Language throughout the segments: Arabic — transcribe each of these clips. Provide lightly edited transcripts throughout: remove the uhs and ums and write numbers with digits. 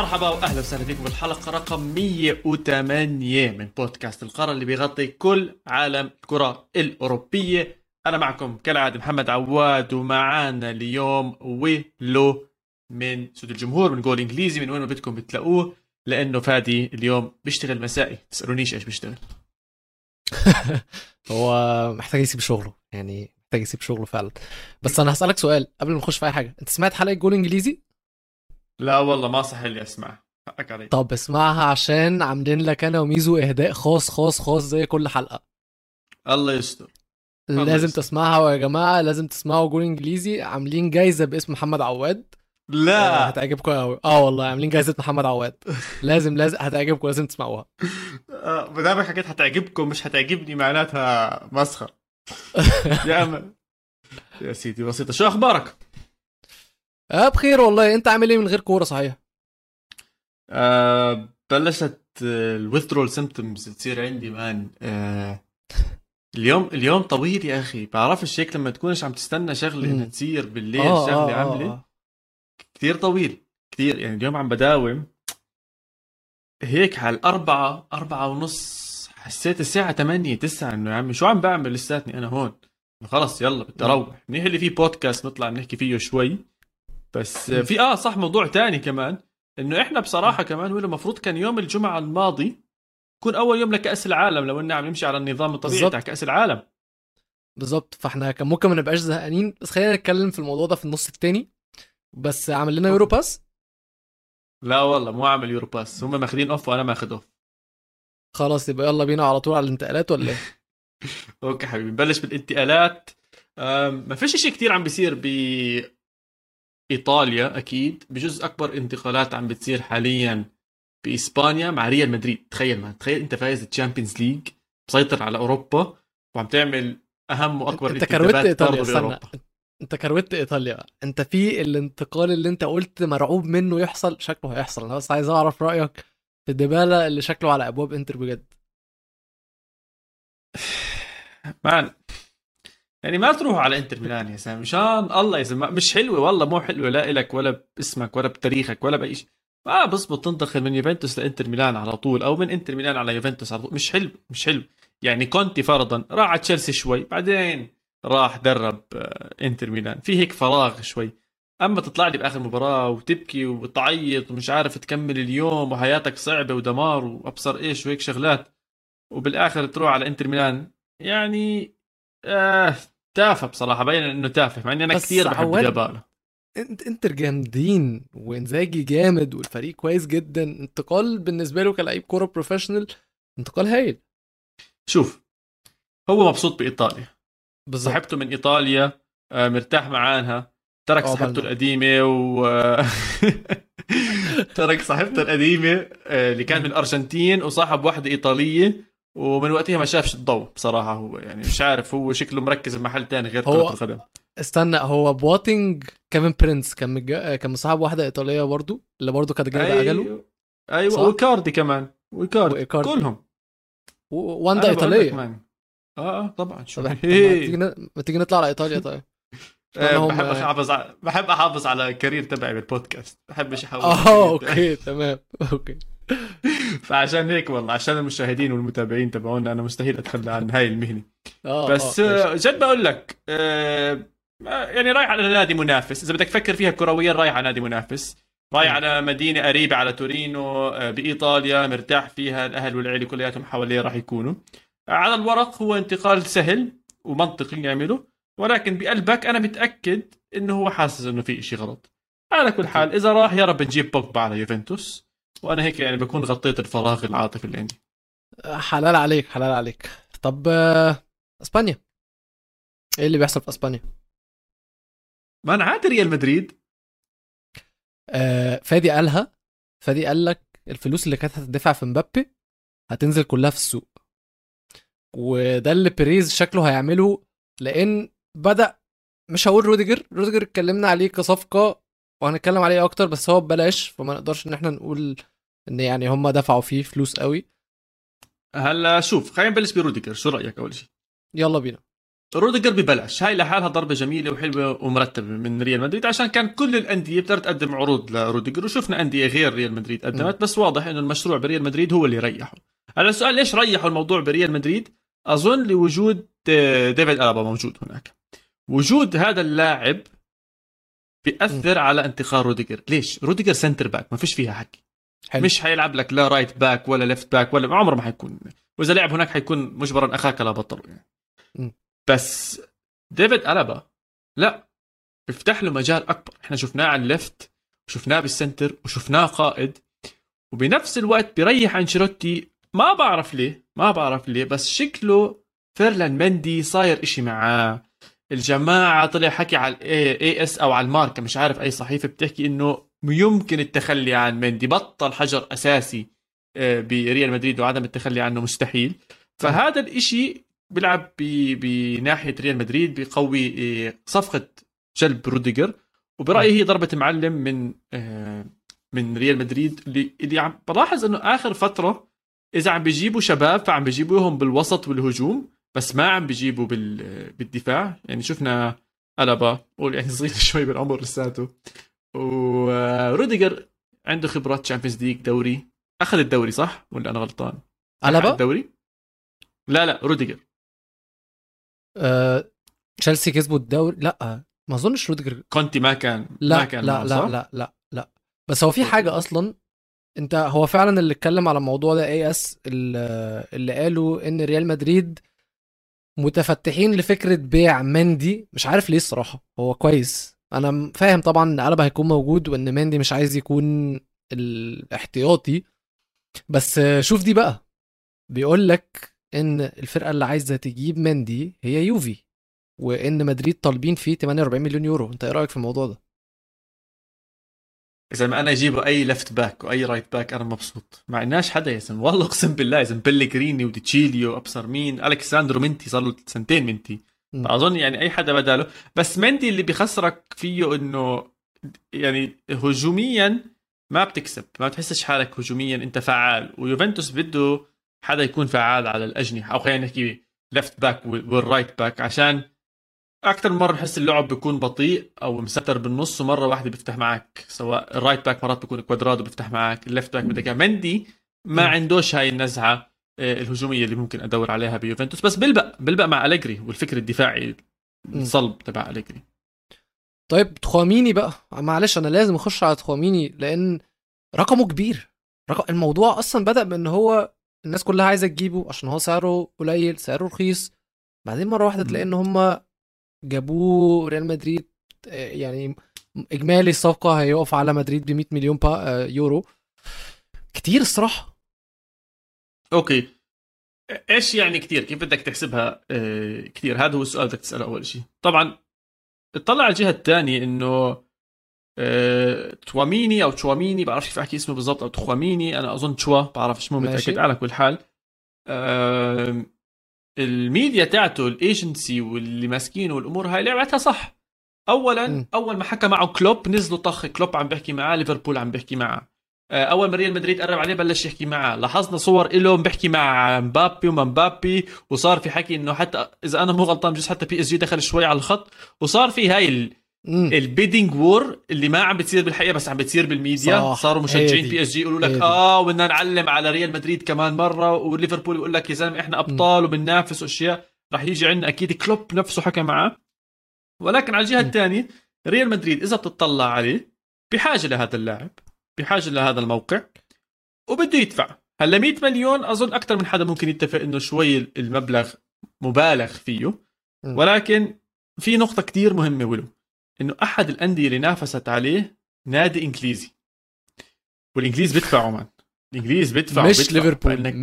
مرحبا واهلا وسهلا فيكم بالحلقه رقم 108 من بودكاست القاره اللي بيغطي كل عالم الكره الاوروبيه. انا معكم كالعاده محمد عواد، ومعانا اليوم ويلو من صوت الجمهور من جول انجليزي. من وين ما بدكم بتلاقوه، لانه فادي اليوم بيشتغل مسائي. تسالونيش ايش بيشتغل. هو محتاج يسيب شغله، يعني محتاج يسيب شغله فعلا. بس انا هسألك سؤال قبل ما نخش في اي حاجه. انت سمعت حلقه جول انجليزي؟ لا والله ما صح لي اسمع، حقك علي. طب اسمعها، عشان عاملين لك انا وميزو اهداء خاص خاص خاص زي كل حلقه. الله يستر. الله لازم يستر. تسمعها يا جماعه، لازم تسمعوا جول انجليزي. عاملين جايزه باسم محمد عواد. لا. هتعجبكم قوي. والله عاملين جايزه محمد عواد. لازم هتعجبكم، لازم تسمعوها. ما دامك حكيت هتعجبكم مش هتعجبني معناتها مسخر. يا أمل. يا سيدي بسيطة، شو أخبارك؟ بخير والله. انت عامل ايه من غير كوره صحيح؟ بلشت الويثرول سيمبتومز تصير عندي مان. اليوم طويل يا أخي، بعرفش هيك لما تكونش عم تستنى شغلة إنها تصير بالليل، شغلة عاملة كتير طويل كتير. يعني اليوم عم بداوم هيك على 4:30، حسيت الساعة 8-9 إنه يا عمي شو عم بعمل لساتني أنا هون. خلص يلا بدي أروح. منيح اللي فيه بودكاست نطلع نحكي فيه شوي. بس في صح موضوع تاني كمان، انه احنا بصراحة كمان ولا المفروض كان يوم الجمعة الماضي يكون اول يوم لكأس العالم، لو اننا عم نمشي على النظام الطبيعي تاع كأس العالم. بالظبط. فاحنا كان ممكن ما نبقاش زهقانين، بس خلينا نتكلم في الموضوع ده في النص التاني. بس عامل لنا يورو باس. لا والله مو عامل يورو باس، هم ماخذين اوف وانا ماخذ اوف. خلاص يبقى يلا بينا على طول على الانتقالات ولا ايه؟ اوكي حبيبي نبلش بالانتقالات. ما فيش شيء كتير عم بيصير بإيطاليا. أكيد بجزء أكبر انتقالات عم بتصير حاليا بإسبانيا مع ريال مدريد. تخيل أنت فايز الشامبيونز ليج، مسيطر على أوروبا، وعم تعمل أهم وأكبر انت كروت انتدابات ايطاليا، برضه استنى. بأوروبا. انت كروت ايطاليا بقى. انت في الانتقال اللي انت قلت مرعوب منه يحصل، شكله هيحصل. انا بس عايز اعرف رايك في ديبالا اللي شكله على ابواب انتر بجد. مان يعني ما تروح على انتر ميلان يا سامي، مشان الله يا زلمه. مش حلوه والله، مو حلوه لا إلك ولا باسمك ولا بتاريخك ولا باي شيء. ما بزبط تنتقل من يوفنتوس لانتر ميلان على طول، او من انتر ميلان على يوفنتوس على طول. مش حلو مش حلو. يعني كونتي فرضا راح على تشيلسي شوي، بعدين راح درب انتر ميلان، في هيك فراغ شوي. اما تطلع لي باخر مباراه وتبكي وتعيط ومش عارف تكمل اليوم وحياتك صعبه ودمار وابصر ايش وهيك شغلات، وبالاخر تروح على انتر ميلان. يعني آه تافه بصراحه، بين انه تافه مع اني انا بس كثير بحب عواد، ديبالا. انتر جامدين وانزاجي جامد والفريق كويس جدا. انتقال بالنسبه له كلاعب كوره بروفيشنال، انتقال هايل. شوف، هو مبسوط بايطاليا، بالظبط. صاحبته من ايطاليا، مرتاح معاها. ترك صاحبته عقبالنا. القديمه ترك صاحبته القديمه اللي كان من الارجنتين، وصاحب واحده ايطاليه، ومن وقتها ما شافش الضوء بصراحه. هو يعني مش عارف، هو شكله مركز بمحل تاني غير كره هو القدم. استنى، هو بواتينج كيفن برينس كان مصاحب واحده ايطاليه برضو، اللي برضو كانت جايبه عجله. ايوه ايوه، صح. ويكاردي كمان، ويكاردي وايكاردي كلهم. واندا انا بقول لك ايطاليه. مان. طبعا شو طب ما تيجي نطلع على ايطاليا طيب. اشمعنى هم؟ بحب احافظ على الكارير تبعي بالبودكاست، بحبش احول الكارير تبعي. اوكي تمام. اوكي. فعشان هيك والله، عشان المشاهدين والمتابعين تبعونا انا مستحيل اتخلى عن هاي المهنه. بس ماشي. جد بقول لك يعني رايح على نادي منافس، اذا بدك تفكر فيها كرويا رايح على نادي منافس، رايح على مدينه قريبه على تورينو بايطاليا، مرتاح فيها، الاهل والعيله كلياتهم حواليه راح يكونوا. على الورق هو انتقال سهل ومنطقي يعمله، ولكن بقلبك انا متاكد انه هو حاسس انه في اشي غلط. على كل حال اكيد. اذا راح يا رب نجيب بوجبا على يوفنتوس، وانا هيك يعني بكون غطيت الفراغ العاطفي اللي عندي. حلال عليك حلال عليك. طب اسبانيا، ايه اللي بيحصل في اسبانيا؟ ما انا عاد ريال مدريد. فادي قالها. فادي قال لك الفلوس اللي كانت هتدفع في مبابي هتنزل كلها في السوق، وده اللي بيريز شكله هيعمله. لان بدأ، مش هقول روديجر اتكلمنا عليه كصفقة وهنتكلم عليه اكتر، بس هو ببلاش، فما نقدرش ان احنا نقول ان يعني هم دفعوا فيه فلوس قوي. هلا شوف، خلينا نبلش بروديجر. شو رايك اول شيء؟ يلا بينا. روديجر ببلاش، هاي لحالها ضربة جميلة وحلوة ومرتبة من ريال مدريد، عشان كان كل الأندية بتقدر تقدم عروض لروديجر، وشفنا أندية غير ريال مدريد قدمت، بس واضح إنه المشروع بريال مدريد هو اللي ريحه. على السؤال ليش ريحوا الموضوع بريال مدريد، أظن لوجود ديفيد ألابا موجود هناك. وجود هذا اللاعب بيأثر على انتقال روديجر. ليش؟ روديجر سنتر باك، ما فيش فيها حكي. حلو. مش حيلعب لك لا رايت باك ولا ليفت باك، ولا عمره ما حيكون، وإذا لعب هناك حيكون مجبرا أخاك لا بطل يعني. بس ديفيد ألابا لا، بيفتح له مجال أكبر. احنا شفناه على الليفت، وشفناه بالسنتر، وشفناه قائد، وبنفس الوقت بيريح أنشيلوتي. ما بعرف ليه بس شكله فيرلان مندي صاير إشي معاه. الجماعة طلع حكي على الاي اس او على الماركة، مش عارف اي صحيفة، بتحكي انه يمكن التخلي عن مندي، بطل حجر اساسي بريال مدريد وعدم التخلي عنه مستحيل. فهذا الاشي بيلعب بناحية ريال مدريد، بيقوي صفقة جلب روديجر. وبرأيي هي ضربة معلم من ريال مدريد، اللي عم بلاحظ انه اخر فترة اذا عم بيجيبوا شباب فعم بيجيبوهم بالوسط والهجوم، بس ما عم بيجيبوا بالدفاع. يعني شفنا ألابا قول يعني صغير شوي بالعمر لساته، وروديجر عنده خبرات تشامبيونز ليج، دوري، اخذ الدوري صح ولا انا غلطان؟ ألابا الدوري؟ لا روديجر. تشيلسي كسبوا الدوري؟ لا ما اظنش روديجر. كونتي ما كان لا بس هو في حاجه اصلا. انت هو فعلا اللي اتكلم على الموضوع ده اي اس اللي قالوا ان ريال مدريد متفتحين لفكره بيع مندي. مش عارف ليه الصراحه، هو كويس، انا فاهم طبعا ان ألابا هيكون موجود وان مندي مش عايز يكون الاحتياطي، بس شوف دي بقى، بيقول لك ان الفرقه اللي عايزه تجيب مندي هي يوفي، وان مدريد طالبين فيه 48 مليون يورو. انت ايه رايك في الموضوع ده؟ اذا ما انا اجيبه اي ليفت باك واي رايت باك انا مبسوط، مع اناش حدا يا زلمه والله اقسم بالله يا زلمه، بيلغريني وديتشيليو ابصر مين، الكساندرو منتي صار له سنتين منتي، فاظن يعني اي حدا بداله. بس مندي اللي بيخسرك فيه انه يعني هجوميا ما بتكسب، ما بتحسش حالك هجوميا انت فعال، ويوفنتوس بده حدا يكون فعال على الاجنحه، او خلينا نحكي ليفت باك والرايت باك، عشان اكثر مره بحس اللعب بيكون بطيء او مستر بالنص، ومره واحده بيفتح معك، سواء الرايت باك مرات بيكون كوادرادو بيفتح معك، الليفت باك بدك مندي ما عندوش هاي النزعه الهجوميه اللي ممكن ادور عليها بيوفنتوس. بس بلبق مع أليجري والفكر الدفاعي الصلب تبع أليجري. طيب تخواميني بقى، معلش انا لازم اخش على تخواميني لان رقمه كبير. الموضوع اصلا بدأ بان هو الناس كلها عايزه تجيبه عشان هو سعره قليل، سعره رخيص، بعدين مره واحده تلاقي ان هم جابوه ريال مدريد. يعني اجمالي الصفقه هيقف على مدريد ب 100 مليون يورو. كتير الصراحه. اوكي، ايش يعني كتير؟ كيف بدك تحسبها كتير؟ هذا هو السؤال بدك تساله اول شيء. طبعا اطلع على الجهه الثانيه انه تواميني او تشواميني، بعرفش كيف احكي اسمه بالضبط، او تخواميني، انا اظن تشوا، بعرفش، مو متاكد. على كل حال الميديا تاعته الايجنسي واللي ماسكينه والامور هاي لعبتها صح. اولا اول ما حكى معه كلوب نزلوا طخ، كلوب عم بيحكي معاه، ليفربول عم بيحكي معاه، اول ما ريال مدريد قرب عليه بلش يحكي معاه، لاحظنا صور له بيحكي مع مبابي ومبابي، وصار في حكي انه حتى اذا انا مو غلطان بجوز حتى بي اس جي دخل شوي على الخط، وصار في هاي البيدنج وور اللي ما عم بتصير بالحقيقه بس عم بتصير بالميديا. صاروا مشجعين بي اس جي يقولوا لك بدنا نعلم على ريال مدريد كمان مره، وليفربول يقول لك يا زلمه احنا ابطال وبننافس واشياء راح يجي عندنا. اكيد كلوب نفسه حكى معاه. ولكن على الجهه الثانيه ريال مدريد اذا بتطلع عليه بحاجه لهذا اللاعب، بحاجه لهذا الموقع، وبده يدفع. هلا 100 مليون اظن اكثر من حدا ممكن يتفق انه شوي المبلغ مبالغ فيه، ولكن في نقطه كتير مهمه ولو انه احد الانديه اللي نافست عليه نادي انجليزي، والانجليز بيدفعوا مان، الانجليز بيدفعوا مش ليفربول،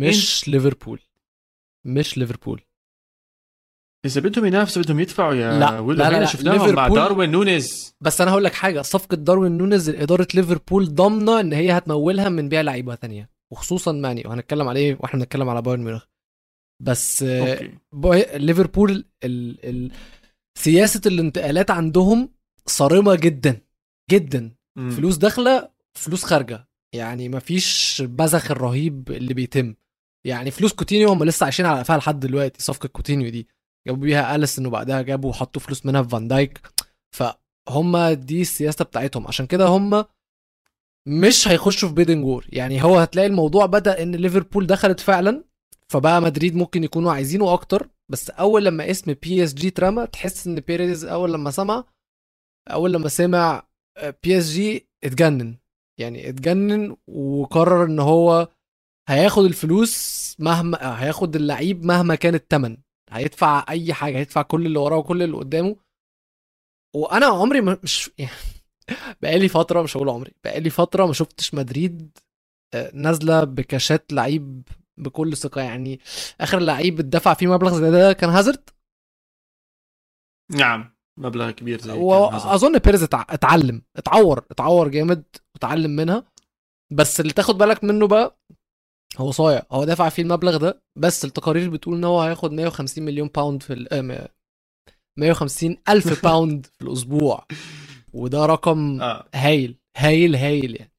مش ليفربول. اذا بدهم ينافسوا بدهم يدفعوا يا لا شفناهم مع داروين نونيز. بس انا هقول لك حاجه، صفقه داروين نونيز اداره ليفربول ضامنه ان هي هتمولها من بيع لعيبه ثانيه، وخصوصا ماني، وهنتكلم عليه واحنا بنتكلم على بايرن ميونخ. بس ليفربول سياسه الانتقالات عندهم صارمه جدا جدا. فلوس داخله فلوس خارجه، يعني مفيش بذخ الرهيب اللي بيتم. يعني فلوس كوتينيو هم لسه عايشين على قفاها لحد دلوقتي. صفقه كوتينيو دي جابوا بيها أليسون وبعدها جابوا وحطوا فلوس منها في فان دايك. فهم دي السياسه بتاعتهم، عشان كده هم مش هيخشوا في بيدنج وور. يعني هو هتلاقي الموضوع بدأ ان ليفربول دخلت فعلا، فبقى مدريد ممكن يكونوا عايزينه اكتر. بس اول لما اسم بي اس جي اترمى، تحس ان بيريز اول لما سمع بي اس جي اتجنن. يعني اتجنن وقرر ان هو هياخد الفلوس، مهما هياخد اللعيب مهما كان الثمن، هيدفع اي حاجه، هيدفع كل اللي وراه وكل اللي قدامه. وانا عمري مش يعني بقالي فتره، مش هقول عمري، بقالي فتره ما شفتش مدريد نازله بكاشات لعيب بكل ثقه. يعني اخر لعيب اتدفع فيه مبلغ زي ده كان هازارد. نعم، مبلغ كبير زي كان هازارد. واظن بيريز اتعور جامد وتعلم منها. بس اللي تاخد بالك منه بقى، هو صايع، هو دافع فيه المبلغ ده، بس التقارير بتقول ان هو هياخد 150 مليون باوند في 150 الف باوند في الاسبوع. وده رقم اه هايل يعني.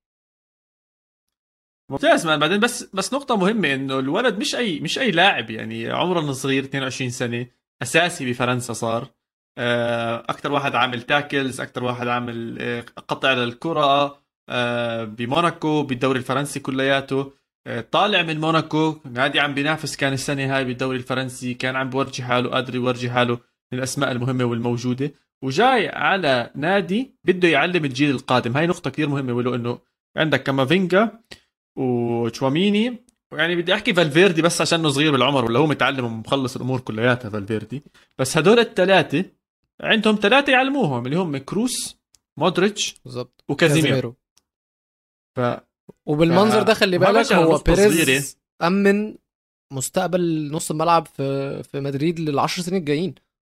ممتاز مان. بعدين بس نقطة مهمة انه الولد مش اي لاعب، يعني عمره صغير 22 سنة، اساسي بفرنسا صار. اكثر واحد عامل تاكلز، اكثر واحد عامل قطع للكرة بموناكو بالدوري الفرنسي كلياته. طالع من موناكو نادي عم بينافس، كان السنة هاي بالدوري الفرنسي، كان عم بورجي حاله، قادر يورجي حاله من الاسماء المهمة والموجودة، وجاي على نادي بده يعلم الجيل القادم. هاي نقطة كثير مهمة، ولو انه عندك كامافينجا وتشواميني، يعني بدي احكي فالفيردي بس عشانه صغير بالعمر، ولا هو متعلم ومخلص الامور كلياتها فالفيردي. بس هدول الثلاثه عندهم ثلاثه يعلموهم، اللي هم كروس، مودريتش، بالظبط، وكازيميرو. كازيميرو. ف وبالمنظر ده خلي بالك، وهذا على هو نقطه صغيره. بيريز امن مستقبل نص الملعب في مدريد للعشر سنين الجايين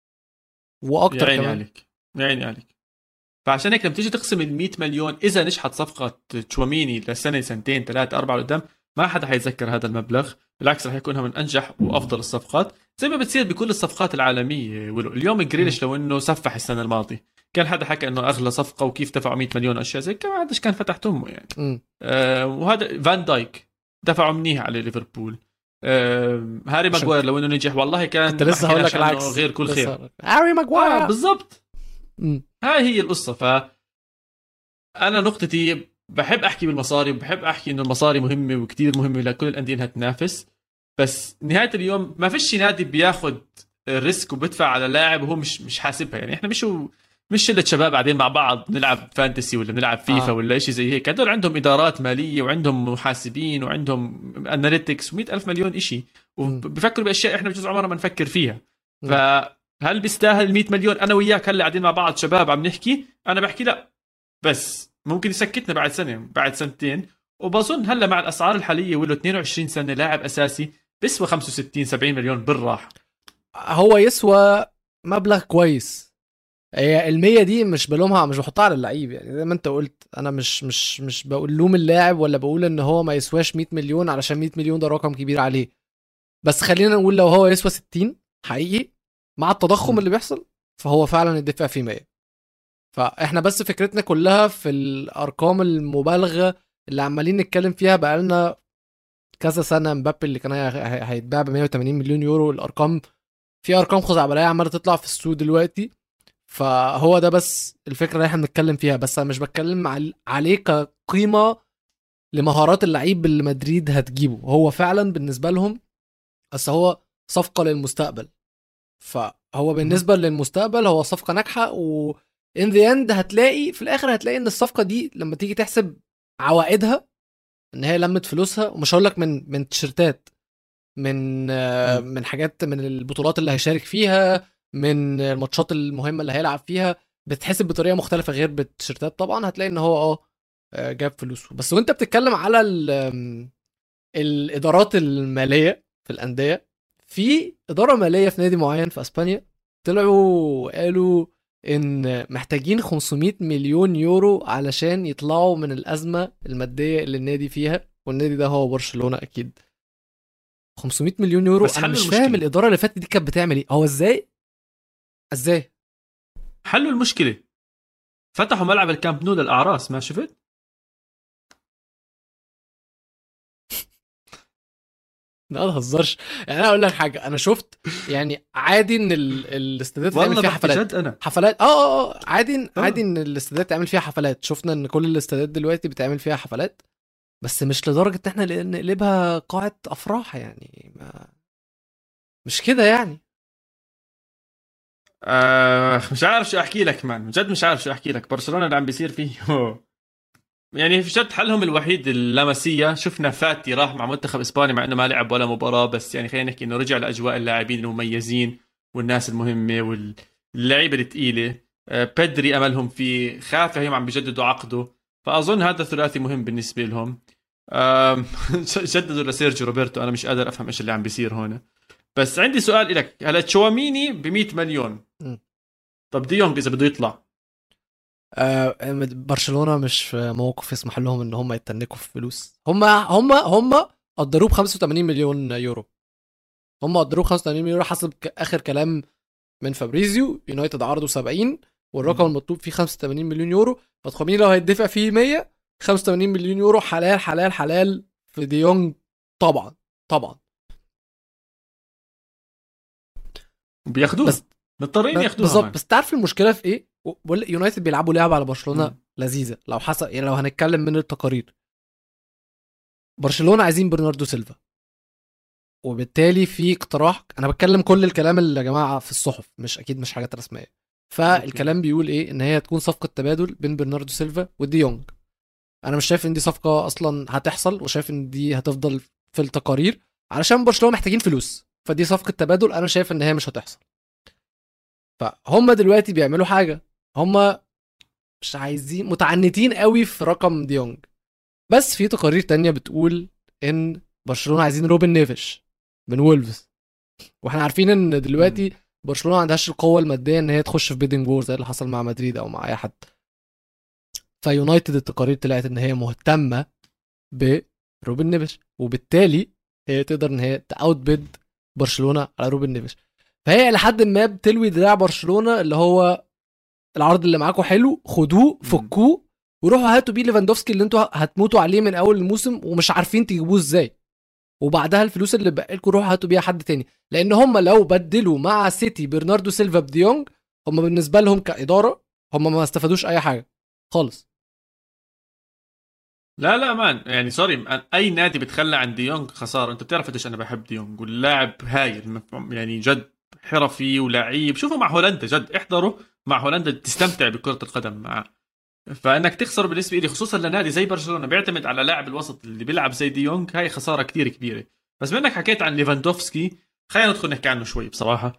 يا واكتر عيني كمان. عليك، يا عيني عليك. فعشان هيك لما تيجي تقسم ال 100 مليون، اذا نجحت صفقه تشواميني لسنه سنتين ثلاثه اربعه لقدام، ما حدا حيتذكر هذا المبلغ. بالعكس رح يكونها من انجح وافضل الصفقات، زي ما بتصير بكل الصفقات العالميه. اليوم جريليش لو انه سفح السنه الماضيه، كان حدا حكى انه اغلى صفقه وكيف دفعوا 100 مليون اشياء زي كذا، ما حداش كان فتح تمه يعني. امم وهذا فان دايك دفعوا منيح على ليفربول. هاري عشان ماغواير لو انه نجح والله كنت كان ما لسه هقول لك حكيناش عنه العكس، غير كل لسه خير. هقول لك هاري ماجواير. بالضبط. امم هاي هي القصه. انا نقطتي بحب احكي بالمصاري، وبحب احكي انه المصاري مهمه وكتير مهمه لكل الانديه انها تنافس. بس نهايه اليوم ما فيش نادي بياخد ريسك وبدفع على لاعب وهو مش حاسبها. يعني احنا مش شله شباب قاعدين مع بعض نلعب فانتسي ولا بنلعب فيفا ولا شيء زي هيك. هدول عندهم ادارات ماليه وعندهم محاسبين وعندهم اناليتكس و100 الف مليون إشي، وبفكروا باشياء احنا بجوز عمرنا ما نفكر فيها. فهل بيستاهل 100 مليون؟ انا وياك هلا قاعدين مع بعض شباب عم نحكي، انا بحكي لا، بس ممكن يسكتنا بعد سنة بعد سنتين. وبظن هلا مع الأسعار الحالية وله 22 سنة لاعب أساسي بيسوى 65 70 مليون بالراحة. هو يسوى مبلغ كويس. هي المية دي مش بلومها، مش بحطها على اللعيب. يعني زي ما انت قلت، انا مش بقول لوم اللاعب، ولا بقول ان هو ما يسواش 100 مليون علشان 100 مليون ده رقم كبير عليه. بس خلينا نقول لو هو يسوى 60 حقيقي مع التضخم اللي بيحصل، فهو فعلا الدفع فيه 100. فاحنا بس فكرتنا كلها في الارقام المبالغه اللي عمالين نتكلم فيها بقالنا كذا سنه. مبابي اللي كان هيتباع ب 180 مليون يورو، الارقام في ارقام خزعبليه عماله تطلع في السوق دلوقتي. فهو ده بس الفكره اللي احنا بنتكلم فيها. بس انا مش بتكلم عليه كقيمه لمهارات اللعيب اللي مدريد هتجيبه. هو فعلا بالنسبه لهم، بس هو صفقه للمستقبل. فهو بالنسبه للمستقبل هو صفقه ناجحه. و in the end هتلاقي في الاخر، هتلاقي ان الصفقه دي لما تيجي تحسب عوائدها، ان هي لمت فلوسها. ومش هقول لك من تيشرتات، من حاجات، من البطولات اللي هيشارك فيها، من الماتشات المهمه اللي هيلعب فيها، بتحسب بطريقه مختلفه غير بالتيشرتات. طبعا هتلاقي ان هو جاب فلوسه. بس وانت بتتكلم على الادارات الماليه في الانديه، في اداره ماليه في نادي معين في اسبانيا طلعوا قالوا ان محتاجين 500 مليون يورو علشان يطلعوا من الازمه الماديه اللي النادي فيها، والنادي ده هو برشلونه اكيد. 500 مليون يورو. بس انا حلوا مش فاهم المشكلة. الاداره اللي فاتت دي كانت بتعمل ايه. هو ازاي حلوا المشكلة، فتحوا ملعب الكامب نو للأعراس، ما شفت؟ لا ما تهزرش. يعني انا اقول لك حاجه، انا شفت يعني عادي ان الاستادات تعمل والله فيها بحكي حفلات. جد انا. حفلات عادي اه. عادي ان الاستادات تعمل فيها حفلات. شفنا ان كل الاستادات دلوقتي بتعمل فيها حفلات، بس مش لدرجه ان احنا نقلبها قاعه افراح يعني. مش كده يعني. مش عارف شو احكي لك مان، جد مش عارف شو احكي لك. برشلونه اللي عم بيصير فيه يعني في جد حلهم الوحيد اللمسيه. شفنا فاتي راح مع منتخب اسبانيا مع انه ما لعب ولا مباراه، بس يعني خلينا نحكي انه رجع لاجواء اللاعبين المميزين والناس المهمه واللعيبه الثقيله. بيدري املهم فيه، خاف هيهم عم بيجددوا عقده، فاظن هذا ثلاثي مهم بالنسبه لهم. آم، جددوا لسيرجيو روبرتو، انا مش قادر افهم ايش اللي عم بيصير هون. بس عندي سؤال لك، هلا تشواميني ب 100 مليون، م. طب ديونج اذا بده يطلع؟ برشلونه مش في موقف يسمح لهم ان هم يتنكوا في فلوس. هم قدروه ب 85 مليون يورو. هم قدروه ب 85 مليون يورو حسب اخر كلام من فابريزيو. يونايتد عرضه 70 والرقم المطلوب فيه 85 مليون يورو. فتخمين لو هيدفع فيه 100، 85 مليون يورو حلال حلال حلال في ديونج. طبعا طبعا. بياخذوها، بس مضطرين ياخذوها بالظبط. مان. بس تعرف المشكله في ايه؟ يونايتد بيلعبوا لعبه على برشلونه مم. لذيذه. لو حصل يعني، لو هنتكلم من التقارير، برشلونه عايزين برناردو سيلفا، وبالتالي في اقتراح. انا بتكلم كل الكلام اللي يا جماعه في الصحف، مش اكيد مش حاجات رسميه. اوكي. فالكلام بيقول ايه؟ ان هي تكون صفقه تبادل بين برناردو سيلفا ودي يونج. انا مش شايف ان دي صفقه اصلا هتحصل، وشايف ان دي هتفضل في التقارير علشان برشلونه محتاجين فلوس. فدي صفقه تبادل، انا شايف ان هي مش هتحصل. فهم دلوقتي بيعملوا حاجه، هم مش عايزين، متعنتين قوي في رقم ديونج. بس في تقارير تانية بتقول ان برشلونه عايزين روبن نيفيش من وولفز. واحنا عارفين ان مم. دلوقتي برشلونه ما عندهاش القوه الماديه ان هي تخش في بيدنج وور زي اللي حصل مع مدريد او مع اي حد. فيونايتد التقارير طلعت ان هي مهتمه بروبن نيفيش، وبالتالي هي تقدر ان هي تاوت بيد برشلونه على روبن نيفيش. فهي لحد ما بتلوي دراع برشلونه، اللي هو العرض اللي معاكم حلو، خدوه مم. فكوه وروحوا هاتوا بيه ليفاندوفسكي اللي انتوا هتموتوا عليه من اول الموسم ومش عارفين تجيبوه ازاي. وبعدها الفلوس اللي بقى لكم روحوا هاتوا بيها حد تاني. لان هم لو بدلوا مع سيتي برناردو سيلفا بديونج، هم بالنسبه لهم كاداره هم ما استفادوش اي حاجه خالص. لا لا مان، يعني سوري، اي نادي بتخلى عن ديونج خساره. انت بتعرف قديش انا بحب ديونج، واللاعب هايل يعني جد حرفي ولعيب. شوفوا مع هولندا، جد احضروا مع هولندا تستمتع بكره القدم معه. فانك تخسر بالنسبه لي، خصوصا لنادي زي برشلونه بيعتمد على لاعب الوسط اللي بيلعب زي ديونج، هاي خساره كتير كبيره. بس بما انك حكيت عن ليفاندوفسكي، خلينا ندخل نحكي عنه شوي بصراحه.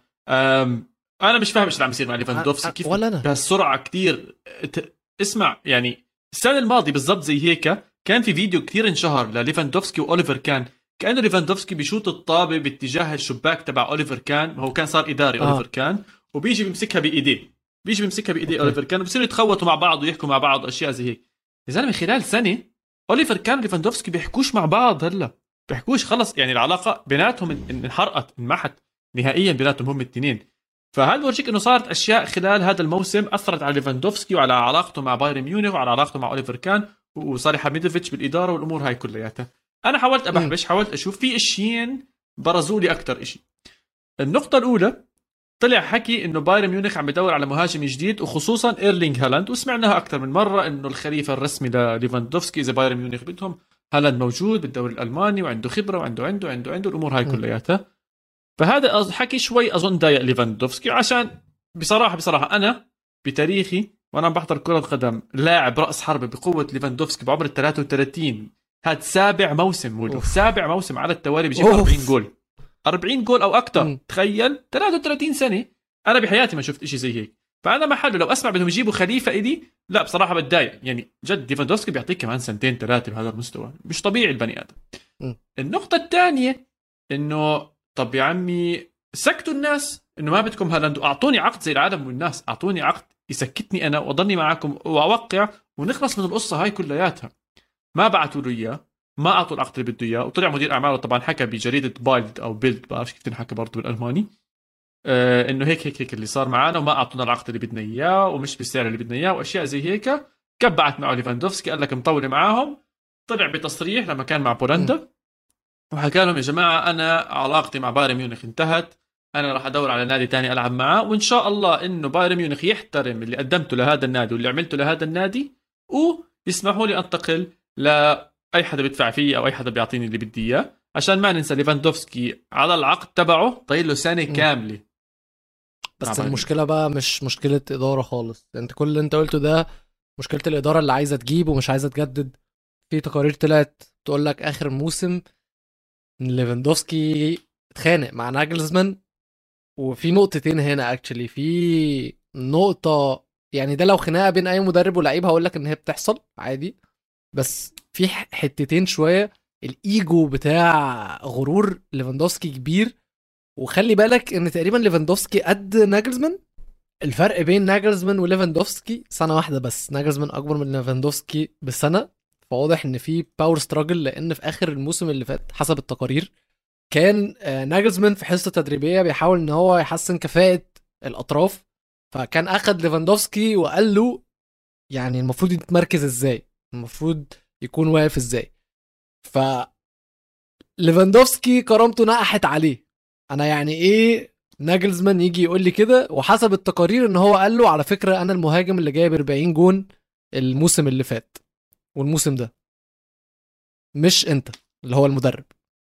انا مش فاهم ايش اللي عم يصير مع ليفاندوفسكي، كيف ولا انا. بهالسرعه كتير. اسمع يعني، السنه الماضيه بالضبط زي هيك كان في فيديو كتير انشهر لليفاندوفسكي واوليفر كان، كانه ليفاندوفسكي بيشوط الطابه باتجاه الشباك تبع اوليفر كان. هو كان صار اداري اوليفر اه كان، وبيجي بيمسكها بايديه. بيجي بيمسكها بايديه اوكي. اوليفر كان، وبصيروا يتخوتوا مع بعض ويحكوا مع بعض اشياء زي هيك. يا زلمه خلال سنه اوليفر كان وليفاندوفسكي بيحكوش مع بعض. هلا بيحكوش خلص، يعني العلاقه بيناتهم انحرقت، انمحت نهائيا بيناتهم هم الاثنين. فهذا بورجيك انه صارت اشياء خلال هذا الموسم اثرت على ليفاندوفسكي وعلى علاقته مع بايرن ميونخ وعلى علاقته مع اوليفر كان وصالح حميدوفيتش بالاداره والامور هاي كلياتها. انا حاولت امم ابحبش، حاولت اشوف في اشيين برزوا لي اكثر شيء. النقطه الاولى، طلع حكي انه بايرن ميونخ عم بدور على مهاجم جديد وخصوصا ايرلينغ هالاند، وسمعناها اكثر من مره انه الخليفه الرسمي لليفاندوفسكي اذا بايرن ميونخ بدهم. هالاند موجود بالدوري الالماني وعنده خبره وعنده عنده الامور هاي امم كلياتها. فهذا حكي شوي اظن ضايق ليفاندوفسكي، عشان بصراحه انا بتاريخي وانا عم بحضر كره قدم لاعب راس حربه بقوه ليفاندوفسكي بعمر ال 33، هذا سابع موسم له، اوف سابع موسم على التوالي بيجيب 40 اوف. جول. 40 جول او اكثر، امم تخيل 33 سنه. انا بحياتي ما شفت إشي زي هيك. فانا محله لو اسمع بدهم يجيبوا خليفه الي، لا بصراحه بتضايق. يعني جد ليفاندوفسكي بيعطيك كمان سنتين ثلاثه بهذا المستوى، مش طبيعي البني ادم. امم النقطه الثانيه انه طب يا عمي سكتوا الناس انه ما بدكم هالاند، واعطوني عقد زي العالم والناس، اعطوني عقد يسكتني انا واضلني معاكم واوقع ونخلص من القصه هاي كلياتها. ما بعثوا له اياه، ما اعطوا العقد اللي بده اياه. وطلع مدير اعماله طبعا حكى بجريده بايلد او بيلد، بعرفش كيف تنحكى برضه بالالماني، انه هيك اللي صار معنا، وما اعطونا العقد اللي بدنا اياه ومش بالسعر اللي بدنا اياه واشياء زي هيك. كبعت معه ليفاندوفسكي قال لك مطولة معاهم. طلع بتصريح لما كان مع امم بولندا وحكى لهم يا جماعه انا علاقتي مع بايرن ميونخ انتهت، انا راح ادور على نادي تاني العب معاه، وان شاء الله انه بايرن ميونخ يحترم اللي قدمته لهذا النادي واللي عملته لهذا النادي، ويسمحوا لي انتقل لاي حدا بيدفع فيه او اي حدا بيعطيني اللي بدي اياه. عشان ما ننسى ليفاندوفسكي على العقد تبعه طايل له سنه كامله مع بس بايرن المشكله ميونخ. بقى مش مشكله اداره خالص، انت كل اللي انت قلته ده مشكله الاداره اللي عايزه تجيب ومش عايزه تجدد. في تقارير طلعت تقول لك اخر موسم إن ليفاندوفسكي اتخانق مع ناجلزمان. وفي نقطتين هنا اكشلي، في نقطه يعني ده لو خناقه بين اي مدرب ولعيب هقول لك ان هي بتحصل عادي، بس في حتتين شويه. الايجو بتاع غرور ليفاندوفسكي كبير، وخلي بالك ان تقريبا ليفاندوفسكي قد ناجلزمان. الفرق بين ناجلزمان وليفاندوفسكي سنه واحده بس، ناجلزمان اكبر من ليفاندوفسكي بسنه. فواضح ان في باور ستراجل، لان في اخر الموسم اللي فات حسب التقارير كان ناجلزمان في حصه تدريبيه بيحاول ان هو يحسن كفاءه الاطراف، فكان اخد ليفاندوفسكي وقال له يعني المفروض يتمركز ازاي، المفروض يكون واقف ازاي. ف ليفاندوفسكي كرامته نقحت عليه. انا يعني ايه ناجلزمان يجي يقول لي كده، وحسب التقارير ان هو قال له على فكره انا المهاجم اللي جايب 40 جون الموسم اللي فات والموسم ده، مش انت اللي هو المدرب.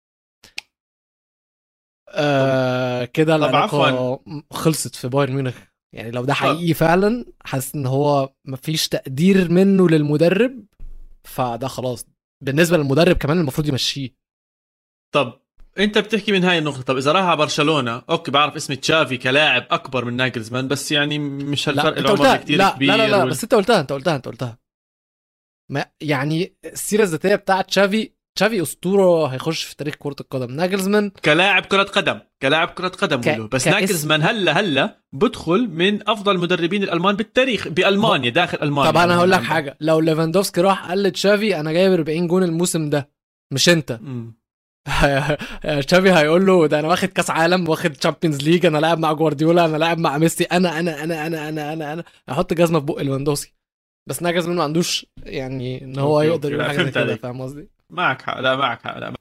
طب كده طب عفوا. العلاقه خلصت في بايرن ميونخ. يعني لو ده طب حقيقي فعلا، حاسس ان هو مفيش تقدير منه للمدرب، فده خلاص بالنسبه للمدرب كمان المفروض يمشيه. طب انت بتحكي من هاي النقطة، طب اذا راح على برشلونة اوكي بعرف اسم تشافي كلاعب اكبر من ناجلزمان، بس يعني مش لا هالفرق انت العمري قلتها، كتير لا كبير بس انت قلتها. ما يعني السيره الذاتيه بتاعت تشافي اسطوره هيخش في تاريخ كره القدم. ناجلزمان كلاعب كرة قدم، كلاعب كرة قدم له، بس كاسم. ناجلزمان هلا بدخل من افضل المدربين الالمان بالتاريخ بألمانيا، هو... داخل طب المانيا انا هقول لك عموما. حاجه، لو ليفاندوفسكي راح قال لتشافي انا جايب 40 جون الموسم ده مش انت امم تشافي هيقول له ده انا واخد كاس عالم، واخد تشامبيونز ليج، انا لاعب مع جوارديولا، انا لاعب مع ميسي، انا احط جزمه في بق ليفاندوفسكي. بس ناجلزمان ما عندوش يعني ان هو اوكي يقدر اوكي يقول لا حاجه زي فهمت كده، عليك، فاهم قصدي؟ معك حق، لا معك حق، لا.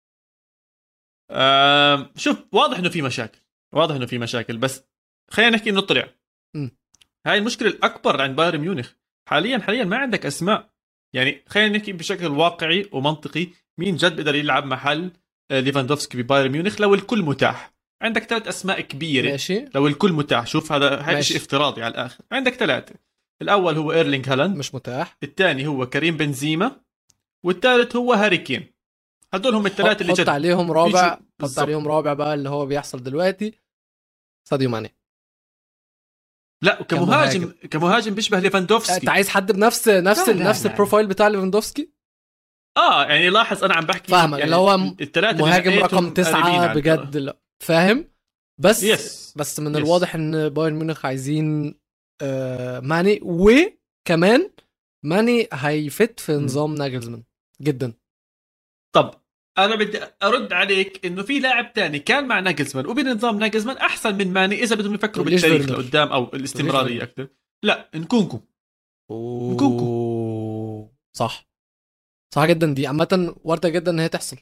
شوف واضح انه في مشاكل، واضح انه في مشاكل، بس خلينا نحكي انه طلع. م. هاي المشكله الاكبر عند بايرن ميونخ. حاليا ما عندك اسماء. يعني خلينا نحكي بشكل واقعي ومنطقي، مين جد بيقدر يلعب محل ليفاندوفسكي ببايرن ميونخ لو الكل متاح؟ عندك 3 اسماء كبيره. ماشي. لو الكل متاح، شوف هاي شيء ماشي. افتراضي على الاخر. عندك 3، الاول هو ايرلينغ هالاند، مش متاح. الثاني هو كريم بنزيما، والثالث هو هاري كين. هدول هم الثلاثه اللي حط جد عليهم بيجوا رابع، حط بالضبط. عليهم رابع بقى اللي هو بيحصل دلوقتي، ساديو ماني لا كمهاجم. كمهاجم بيشبه انت ليفاندوفسكي. عايز حد بنفس نفس لا لا نفس لا لا. البروفايل بتاع ليفاندوفسكي؟ يعني لاحظ انا عم بحكي فاهمك، اللي يعني هو الثلاثه اللي مهاجم رقم نقيتهم قريبين 9 على الكره. بجد، لا فاهم. بس يس بس من يس. الواضح ان بايرن ميونخ عايزين ماني، وكمان ماني هيفت في مم. نظام ناجلزمان جدا. طب انا بدي ارد عليك انه في لاعب تاني كان مع ناجلزمان وبنظام ناجلزمان احسن من ماني اذا بدهم يفكروا تقوليش بالتاريخ فيرنر، لقدام او تقوليش الاستمراريه فيرنر. اكثر. لا نكونكو. نكونكو. اوه صح، صح جدا، دي عامة وارده جدا ان هي تحصل.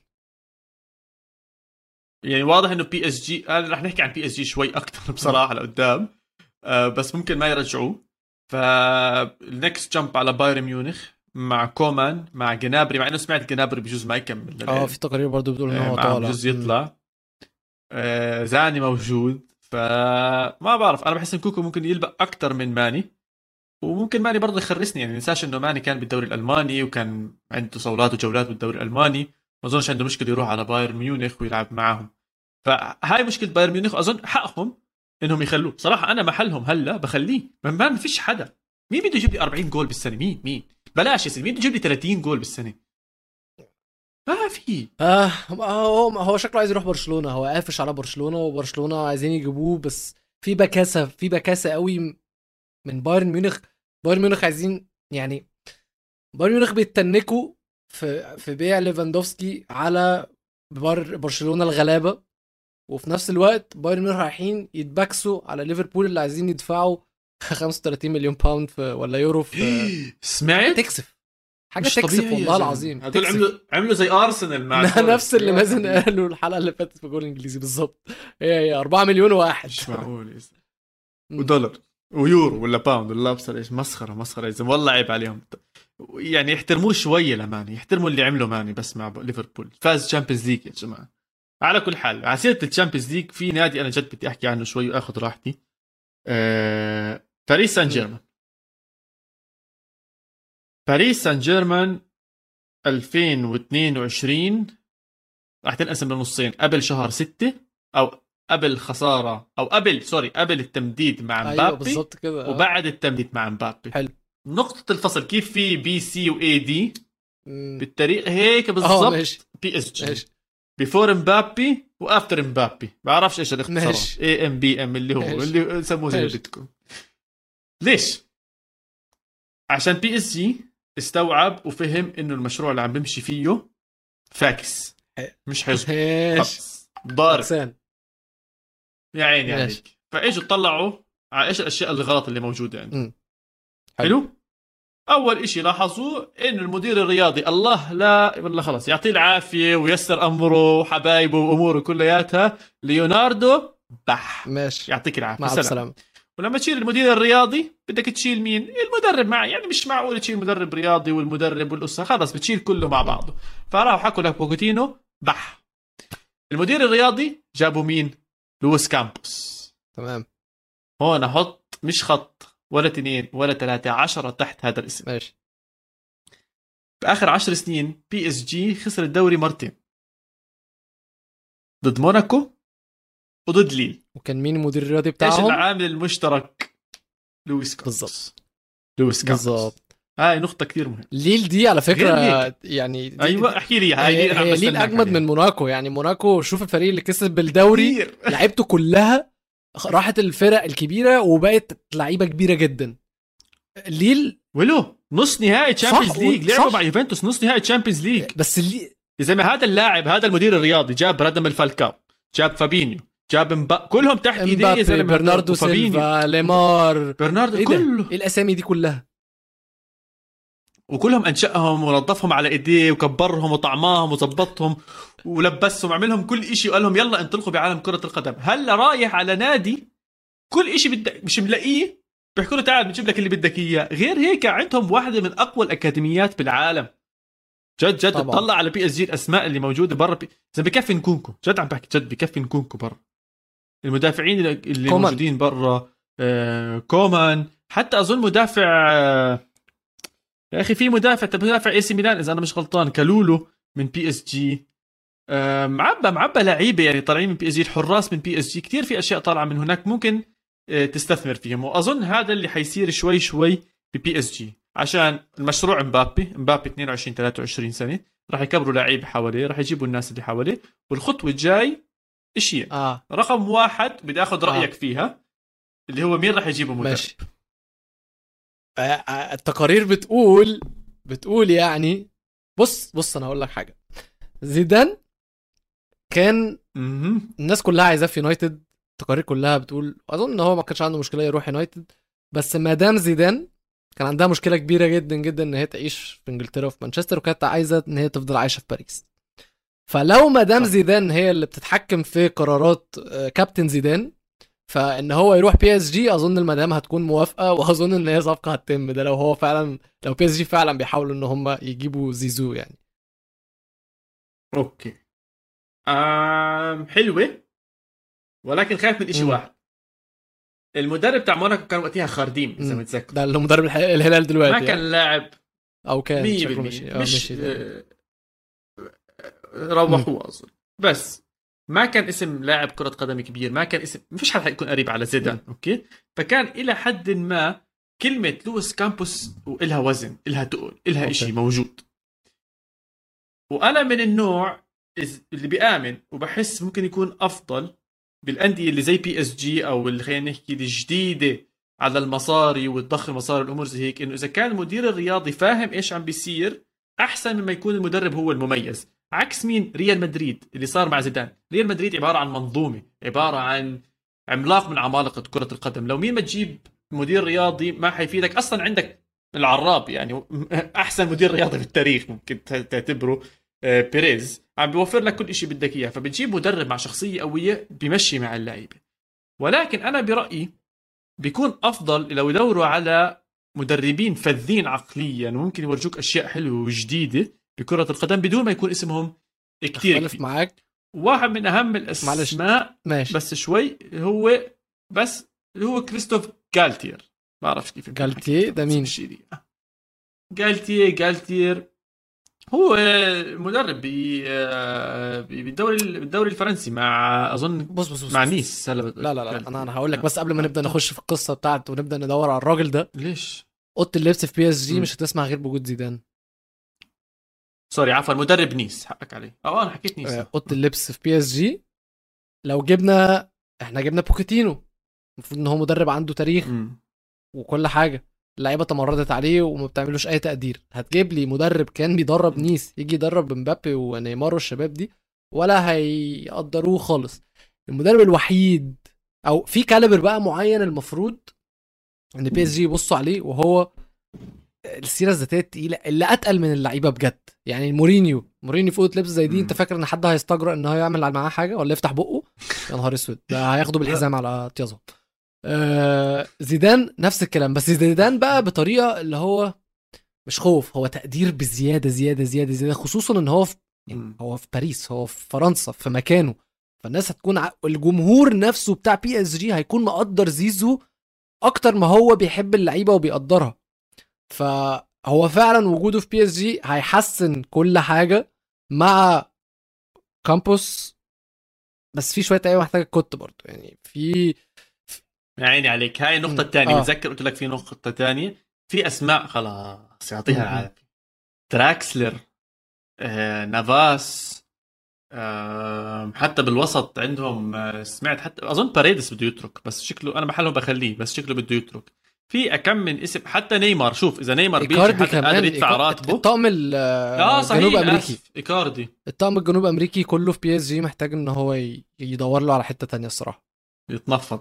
يعني واضح انه بي اس جي، انا رح نحكي عن بي اس جي شوي اكثر بصراحه لقدام. بس ممكن ما يرجعوه. فالنكست جامب على بايرن ميونخ مع كومان مع جنابري، مع انه سمعت جنابري بجوز ما يكمل في تقارير برضو بتقول ان هو معهم طالع. بجوز يطلع. زاني موجود، فما بعرف، انا بحس ان كوكو ممكن يلبق اكثر من ماني. وممكن ماني برضه يخرسني، يعني ننساش انه ماني كان بالدوري الالماني وكان عنده صولات وجولات بالدوري الالماني. ما اظنش عنده مشكله يروح على بايرن ميونخ ويلعب معاهم. فهاي مشكله بايرن ميونخ، اظن حقهم انهم يخلوه. صراحه انا محلهم هلا بخليه، ما فيش حدا. مين بده يجيب لي 40 جول بالسنه؟ مين بلاش يا سيدي، مين بده يجيب لي 30 جول بالسنه؟ ما في. هو شكله عايز يروح برشلونة، هو قافش على برشلونة، وبرشلونة عايزين يجيبوه، بس في بكاسة قوي من بايرن ميونخ. بايرن ميونخ عايزين يعني، بايرن ميونخ بيتنكوا في بيع ليفاندوفسكي على برشلونة الغلابة، وفي نفس الوقت بايرن ميونخ رايحين يتباكسوا على ليفربول اللي عايزين يدفعوا 35 مليون باوند ولا يورو في سمعت تكسف. حاجه مش تكسب طبيعي والله العظيم، هدول تكسب. عملوا زي ارسنال مع نفس اللي مازن قاله الحلقه اللي فاتت في جول انجليزي بالظبط. هي 4 مليون واحد. مش معقول ودولار ويورو ولا باوند ولا ابصر ايش، مسخره يا زلمه والله عيب عليهم. يعني يحترموه شويه لماني، يحترموا اللي عمله ماني بس مع ليفربول فاز تشامبيونز ليج يا جماعه. على كل حال على سيره التشامبيونز ليج في نادي انا جد بدي احكي عنه شوي واخذ راحتي، باريس سان جيرمان. باريس سان جيرمان 2022 راح تنقسم لنصين، قبل شهر 6 او قبل خساره او قبل التمديد مع مبابي. ايوه بالظبط كده. وبعد التمديد مع مبابي. حلو. نقطة الفصل كيف في بي سي واي دي بالطريقة هيك بالضبط. بي اس جي بيفور مبابي وافتر مبابي، بعرفش ايش الاختصار، اي ام بي ام اللي هو ماشي. اللي سموه زي بدكم. ليش؟ عشان بي اس جي استوعب وفهم انه المشروع اللي عم بمشي فيه فاكس مش حزب ضارب يا عيني عليك. فاجوا طلعوا على ايش الاشياء الغلط اللي موجوده عندهم. حلو. اول اشي لاحظوا انه المدير الرياضي الله لا والله خلاص يعطيه العافيه ويسر امره وحبايبه واموره كلياتها ليوناردو بح ماشي يعطيك العافيه مع السلامه. ولما تشيل المدير الرياضي بدك تشيل مين؟ المدرب معه. يعني مش معقول تشيل مدرب رياضي والمدرب والاسره، خلاص بتشيل كله مع بعضه. فراحوا حكوا لك بوكوتينو بح. المدير الرياضي جابوا مين؟ لويس كامبوس. تمام. هون احط مش خط ولا 2 ولا 3 10 تحت هذا الاسم. ماشي. بآخر 10 سنين بي اس جي خسر الدوري مرتين، ضد موناكو وضد ليل. وكان مين المدير الرياضي بتاعهم؟ ايش العامل المشترك؟ لويس كامبوس. بالضبط. لويس كامبوس بالضبط. هاي نقطة كتير مهمة. ليل دي على فكرة يعني ايوه احكي لي هي ليل اجمد من موناكو. يعني موناكو شوف الفريق اللي كسب بالدوري لعيبته كلها راحت الفرق الكبيرة وبقت لعيبة كبيرة جدا. ليل ولو نص نهائي تشامبيونز ليج لعبوا مع يوفنتوس نص نهائي تشامبيونز ليج. بس اللي زي ما هذا اللاعب هذا المدير الرياضي جاب راداميل فالكاو، جاب فابينيو، جاب كلهم تحت ايديه يا زلمه. برناردو سيلفا، ليمار، برناردو إيه كله إيه الاسامي دي كلها، وكلهم انشأهم ونظفهم على ايديه وكبرهم وطعماهم وظبطهم ولبسهم وعملهم كل إشي وقال لهم يلا انطلقوا بعالم كرة القدم. هلا رايح على نادي كل إشي بدك مش ملاقيه بيحكوا له تعال بنجيب لك اللي بدك اياه. غير هيك عندهم واحدة من اقوى الاكاديميات بالعالم. جد تطلع على بي اس جي الاسماء اللي موجوده برا زي بكفي نكونكو. جد عم بحكي جد بكفي نكونكو برا. المدافعين اللي كومان. موجودين برا كومان، حتى اظن مدافع يا اخي في مدافع اي سي ميلان اذا انا مش غلطان كالولو من بي اس جي. معبى لعيبه يعني طالعين من بي اس جي. الحراس من بي اس جي كثير في اشياء طالعه من هناك ممكن تستثمر فيهم. واظن هذا اللي حيصير شوي ببي اس جي عشان المشروع مبابي 22 23 سنه راح يكبروا لعيبه حواليه، راح يجيبوا الناس اللي حواليه. والخطوه الجاي اشي رقم 1 بدي اخذ رايك فيها اللي هو مين راح يجيبوا مدرب. ماشي. التقارير بتقول يعني بص انا هقول لك حاجه. زيدان كان الناس كلها عايزاه في يونايتد. التقارير كلها بتقول اظن ان هو ما كانش عنده مشكله يروح يونايتد، بس مدام زيدان كان عندها مشكله كبيره جدا جدا ان هي تعيش في انجلترا وفي مانشستر، وكانت عايزه ان هي تفضل عايشه في باريس. فلو مدام زيدان هي اللي بتتحكم في قرارات كابتن زيدان، فان هو يروح بي اس جي اظن المدام هتكون موافقه، واظن ان هي صفقه هتتم. ده لو بي اس جي فعلا بيحاولوا ان هم يجيبوا زيزو يعني. اوكي حلوه، ولكن خايف من إشي واحد. المدرب تاع موناكو كان وقتها خارديم اذا متذكر. ده اللي مدرب الهلال دلوقتي ما كان يعني. لاعب او كان مش روحوه اظن، بس ما كان اسم لاعب كرة قدم كبير. ما كان اسم، ما فيش حد حيكون قريب على زيدان. اوكي، فكان الى حد ما كلمة لويس كامبوس وإلها وزن، إلها تقول، إلها إشي موجود. وأنا من النوع اللي بيآمن وبحس ممكن يكون أفضل بالأندية اللي زي بي اس جي أو اللي خلينا نحكي الجديدة على المصاري والضخ المصاري الأمور زي هيك، إنه إذا كان المدير الرياضي فاهم إيش عم بيصير أحسن مما يكون المدرب هو المميز. عكس مين؟ ريال مدريد اللي صار مع زيدان. ريال مدريد عبارة عن منظومة، عبارة عن عملاق من عمالقة كرة القدم. لو مين ما تجيب مدير رياضي ما حيفيدك أصلا. عندك العراب يعني احسن مدير رياضي في التاريخ ممكن تعتبره. بيريز عم بيوفر لك كل شيء بدك اياه، فبتجيب مدرب مع شخصيه قويه بيمشي مع اللعيبه. ولكن انا برايي بيكون افضل لو يدوروا على مدربين فذين عقليا وممكن يورجوك اشياء حلوه وجديده بكره القدم بدون ما يكون اسمهم كتير اختلف كبير. معاك. واحد من اهم معلش الاسماء ماشي. بس شوي هو بس اللي هو كريستوف جالتير، ما بعرف كيف جالتيه ده مين؟ جالتير هو مدرب بالدوري الفرنسي مع اظن بص مع نيس. لا انا هقول لك بس قبل ما نبدا نخش في القصه بتاعته ونبدا ندور على الراجل ده. ليش اوضه اللبس في بي اس جي مش هتسمع غير بوجود زيدان. سوري عفوا، مدرب نيس، حقك علي. انا حكيت نيس. اوضه اللبس في بي اس جي لو جبنا، احنا جبنا بوكيتينو، المفروض ان هو مدرب عنده تاريخ وكل حاجه، اللعيبه تمردت عليه وما بتعملوش اي تقدير. هتجيب لي مدرب كان بيدرب نيس يجي يدرب مبابي ونيمار والشباب دي؟ ولا هيقدروه خالص. المدرب الوحيد او في كاليبر بقى معين المفروض ان بي اس جي يبصوا عليه، وهو السيره الذاتيه التقيله اللي اتقل من اللعيبه بجد. يعني مورينيو في اوضه لبس زي دي، انت فاكر ان حد هيستجرأ ان هو يعمل معاه حاجه ولا يفتح بقه؟ يا نهار اسود، ده هياخده بالحزام على طيازهم. زيدان نفس الكلام، بس زيدان بقى بطريقه اللي هو مش خوف، هو تقدير بزياده زياده زياده زياده، خصوصا ان هو هو في باريس، هو في فرنسا في مكانه. فالناس هتكون الجمهور نفسه بتاع بي اس جي هيكون مقدر زيزو اكتر ما هو بيحب اللعيبه وبيقدرها. فهو فعلا وجوده في بي اس جي هيحسن كل حاجه مع كامبوس. بس في شويه لعيبه محتاجه كوت برضه، يعني في يا عيني عليك. هاي النقطة الثانية. بتذكر قلت لك في نقطة ثانية، في أسماء خلاص يعطيها العافية. تراكسلر، نافاس، حتى بالوسط عندهم سمعت حتى أظن باريدس بده يترك، بس شكله أنا محله بخليه، بس شكله بده يترك. في أكم من اسم، حتى نيمار. شوف إذا نيمار بيجي حتى قادر يدفع راتبه. الطقم الجنوب أمريكي، إيكاردي، الطقم الجنوب أمريكي كله في بي اس جي محتاج إن هو يدور له على حتة تانية الصراحة، يتنفض.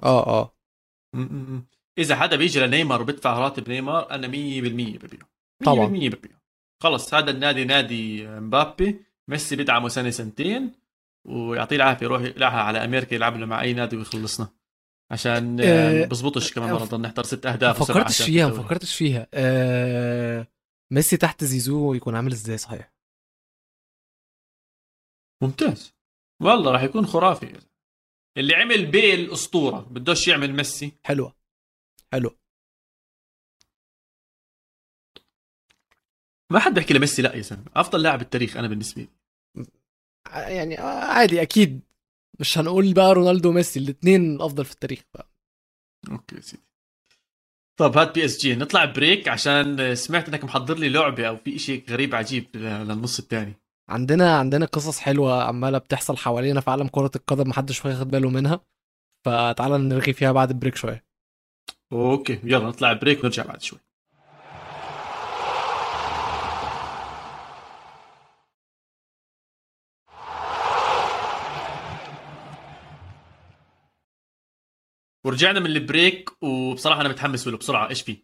إذا حدا بيجي لنيمار وبدفع راتب نيمار، أنا 100% ببيعه. 100% ببيعه. خلص هذا النادي نادي مبابي، ميسي بدعمه سنة سنتين ويعطيه العافية، يروح يلعبها على أمريكا يلعب له مع أي نادي ويخلصنا، عشان بزبطش كمان مرة نضل نحضر 6 أهداف. فكرتش فيها ميسي تحت زيزو يكون عامل إزاي صحيح؟ ممتاز والله، راح يكون خرافي. اللي عمل بيل أسطورة، بدوش يعمل ميسي. حلو. ما حد يحكي لميسي لا يا زلمه، افضل لاعب التاريخ انا بالنسبه لي. يعني عادي اكيد، مش هنقول بقى رونالدو وميسي، الاثنين افضل في التاريخ بقى. اوكي يا سيدي. طب هات بي اس جي، نطلع بريك عشان سمعت انك محضر لي لعبه او في شيء غريب عجيب للنص الثاني. عندنا قصص حلوه عماله بتحصل حوالينا في عالم كره القدم محدش واخد باله منها، فتعالى نرغي فيها بعد البريك شويه. اوكي يلا نطلع بريك ونرجع بعد شوي. ورجعنا من البريك، وبصراحه انا متحمس له بسرعه. ايش فيه؟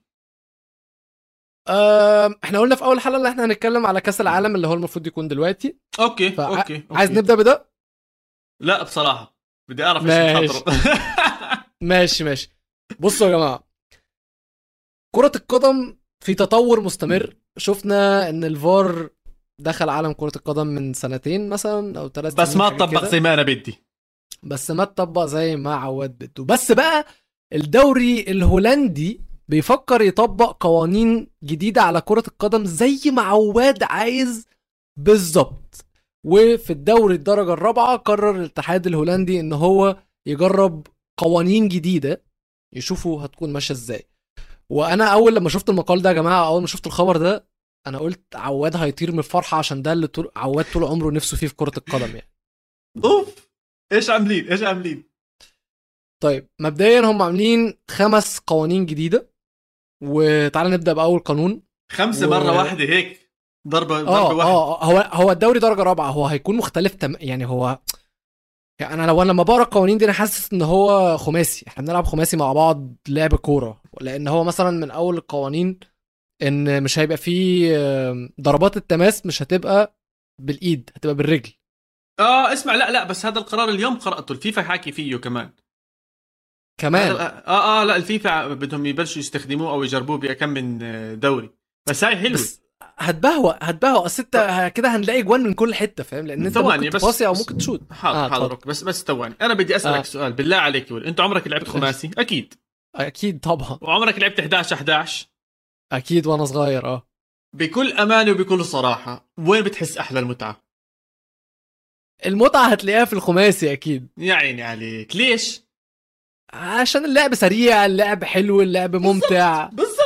احنا قلنا في اول حلقه اللي احنا هنتكلم على كاس العالم اللي هو المفروض يكون دلوقتي. اوكي. عايز نبدا بده؟ لا بصراحه بدي اعرف ايش بتحضروا. ماشي. بصوا يا جماعه، كره القدم في تطور مستمر. شفنا ان الفار دخل عالم كره القدم من 2 مثلا او 3 بس ما تطبق زي ما انا بدي. بس ما تطبق زي ما عواد بده. بس بقى الدوري الهولندي بيفكر يطبق قوانين جديدة على كرة القدم زي ما عواد عايز بالظبط. وفي الدوري الدرجة الرابعة قرر الاتحاد الهولندي ان هو يجرب قوانين جديدة يشوفوا هتكون ماشية ازاي. وانا اول لما شفت المقال ده يا جماعة، اول ما شفت الخبر ده انا قلت عواد هيطير من الفرحة، عشان ده اللي عواد طول عمره نفسه فيه في كرة القدم يعني. اوف، ايش عاملين؟ طيب مبدئيا هم عاملين 5 قوانين جديدة، وتعالى نبدأ بأول قانون. 5 مرة واحدة هيك ضربة واحدة. هو الدوري درجة رابعة، هو هيكون مختلف يعني هو يعني انا لما بقرا القوانين دي انا حاسس ان هو خماسي، احنا بنلعب خماسي مع بعض لعب كورة، لان هو مثلا من اول القوانين ان مش هيبقى فيه ضربات التماس مش هتبقى بالايد، هتبقى بالرجل. اسمع، لا بس هذا القرار اليوم قرأته، الفيفا حاكي فيه كمان. كمان لا الفيفا بدهم يبلشوا يستخدموه او يجربوه بكم من دوري، بس هاي حلوه. بس هتبهوأ اصل انت كده هنلاقي جوان من كل حته، فاهم؟ لان انت ثواني ممكن بس تباصي او ممكن تشوت. حاضر أوكي. بس ثواني، انا بدي اسالك آه. سؤال بالله عليك. انت عمرك لعبت خماسي؟ اكيد. اكيد طبعا. وعمرك لعبت 11 اكيد وانا صغير. بكل امانه وبكل صراحه، وين بتحس احلى المتعه؟ المتعه هتلاقيها في الخماسي اكيد. يا عيني عليك، ليش؟ عشان اللعب سريع، اللعب حلو، اللعب ممتع.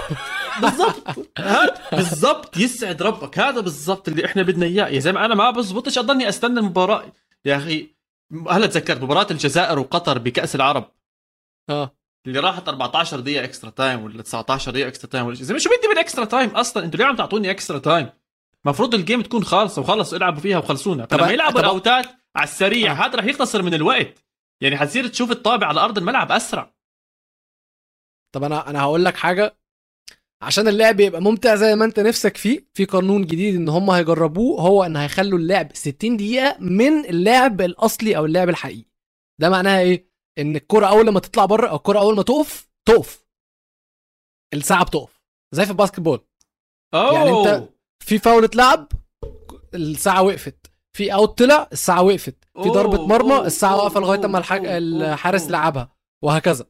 بالضبط يسعد ربك، هذا بالضبط اللي احنا بدنا اياه يا زلمه. انا ما بزبطش اضلني استنى المباراه يا اخي. هلا تذكرت مباراه الجزائر وقطر بكاس العرب اللي راحت 14 دقيقه اكسترا تايم ولا 19 دقيقه اكسترا تايم، ولا زي شو بدي بالاكسترا تايم اصلا؟ انتوا ليه عم تعطوني اكسترا تايم؟ المفروض الجيم تكون خالصه وخلص العبوا فيها وخلصونا. فلما يلعبوا الاوتات على السريع هذا رح يختصر من الوقت، يعني حتصير تشوف الطابع على ارض الملعب اسرع. طب انا هقول لك حاجه، عشان اللعب يبقى ممتع زي ما انت نفسك فيه، في قانون جديد ان هم هيجربوه، هو ان هيخلوا اللعب 60 دقيقه من اللعب الاصلي او اللعب الحقيقي. ده معناها ايه؟ ان الكره اول ما تطلع بره او الكره اول ما تقف الساعه بتقف زي في الباسكت بول. يعني انت في فاول اتلعب الساعه وقفت، في اوت طلع الساعه وقفت، في ضربه مرمى الساعه واقفه لغايه اما الحارس لعبها، وهكذا.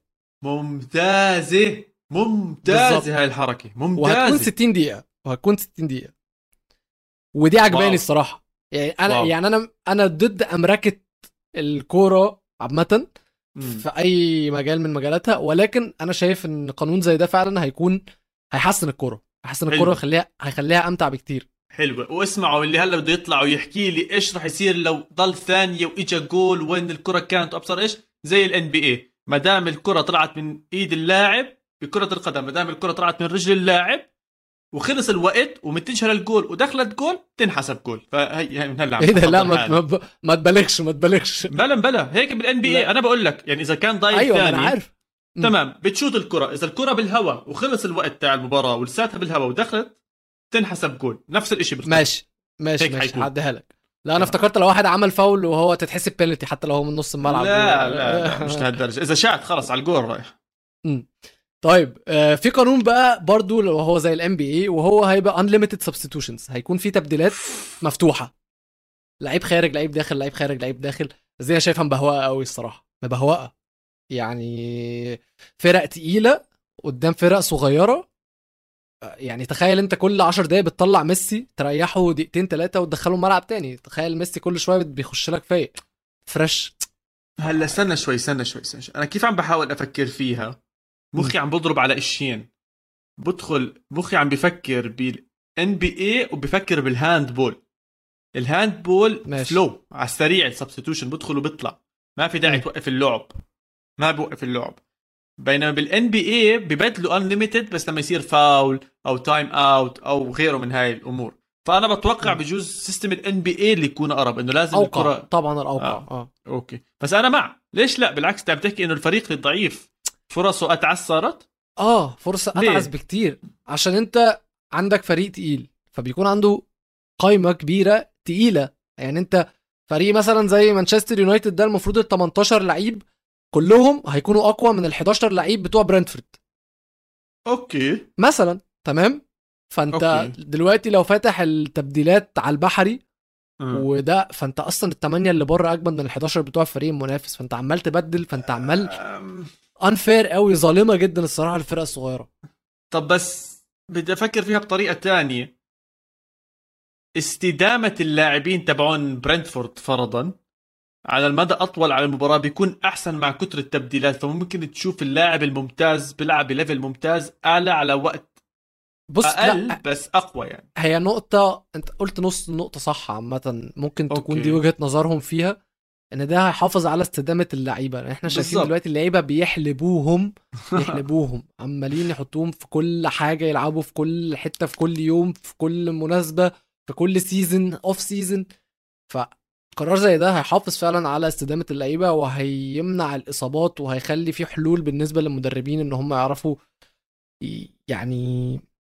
ممتازه هاي الحركه ممتازه، وهتكون 60 دقيقه ودي عجباني الصراحه. يعني انا ضد امركه الكوره عامه في اي مجال من مجالاتها، ولكن انا شايف ان قانون زي ده فعلا هيحسن الكوره، هيخليها امتع بكتير. حلوة. واسمعوا اللي هلا بده يطلع ويحكي لي ايش رح يصير لو ضل ثانية واجا جول وين الكرة كانت وابصر ايش، زي الان بي اي، ما دام الكرة طلعت من ايد اللاعب بكرة القدم، ما دام الكرة طلعت من رجل اللاعب وخلص الوقت ومتنشر الجول ودخلت جول تنحسب جول. فهي من هلا ايه ده؟ لا ما تبالغش بلا هيك بالان بي اي. انا بقول لك يعني اذا كان ضايل أيوة ثاني انا عارف تمام بتشوت الكرة، اذا الكرة بالهواء وخلص الوقت تاع المباراة ولساتها بالهواء ودخلت تنحسب جول. نفس الاشي بالضبط. ماشي هعديها لك. لا انا افتكرت لو واحد عمل فاول وهو تتحسب بينالتي حتى لو هو من نص الملعب. لا مش لهالدرجه، اذا شات خلص على الجول رايح. طيب في قانون بقى برضو لو هو زي الام بي اي، وهو هيبقى unlimited substitutions، هيكون في تبديلات مفتوحه، لعيب خارج لعيب داخل، لعيب خارج لعيب داخل. زي انا شايفها مبهوقه قوي الصراحه، مبهوقه. يعني فرق تقيله قدام فرق صغيره. يعني تخيل انت كل 10 دقايق بتطلع ميسي تريحه دقيقتين 3 وتدخله الملعب تاني. تخيل ميسي كل شويه بيخش لك فايق فريش. هلا استنى شوي. انا كيف عم بحاول افكر فيها، مخي عم بضرب على اشيين. بدخل مخي عم بفكر بالان بي اي وبفكر بالهاند بول. الهاند بول فلو على السريع، السبستيوشن بدخل وبيطلع، ما في داعي توقف اللعب، ما بوقف اللعب. بينما بالان بي اي ببدلوا انليميتد بس لما يصير فاول او تايم اوت او غيره من هاي الامور. فانا بتوقع بجوز سيستم الان بي اي اللي يكون اقرب، انه لازم أوقع. الكره طبعا الاوقع اوكي. بس انا مع، ليش لا؟ بالعكس انت عم تحكي انه الفريق الضعيف فرصه اتعس صارت. فرصه اتعس بكتير، عشان انت عندك فريق تقيل فبيكون عنده قائمه كبيره تقيله. يعني انت فريق مثلا زي مانشستر يونايتد ده المفروض ال 18 لعيب كلهم هيكونوا اقوى من ال 11 لعيب بتوع برنتفورد اوكي مثلا. تمام. فانت دلوقتي لو فاتح التبديلات على البحري وده، فانت اصلا الثمانيه اللي بره اجمد من ال 11 بتوع الفريق المنافس، فانت عمال تبدل، فانت عمال انفير قوي، ظالمه جدا الصراحه للفرق الصغيره. طب بس بدي افكر فيها بطريقه تانية. استدامه اللاعبين تبعون برنتفورد فرضا على المدى اطول على المباراه بيكون احسن مع كتر التبديلات، فممكن تشوف اللاعب الممتاز بيلعب بليفل ممتاز اعلى على وقت بص اقل لا. بس اقوى. يعني هي نقطه انت قلت نص النقطه صح عامه، ممكن تكون دي وجهه نظرهم فيها، ان ده هيحافظ على استدامه اللعيبه. احنا شايفين دلوقتي اللعيبه بيحلبوهم عمالين يحطوهم في كل حاجه، يلعبوا في كل حته في كل يوم في كل مناسبه في كل سيزن اوف سيزن. فقرار زي ده هيحافظ فعلا على استدامه اللعيبه وهيمنع الاصابات، وهيخلي في حلول بالنسبه للمدربين ان هم يعرفوا يعني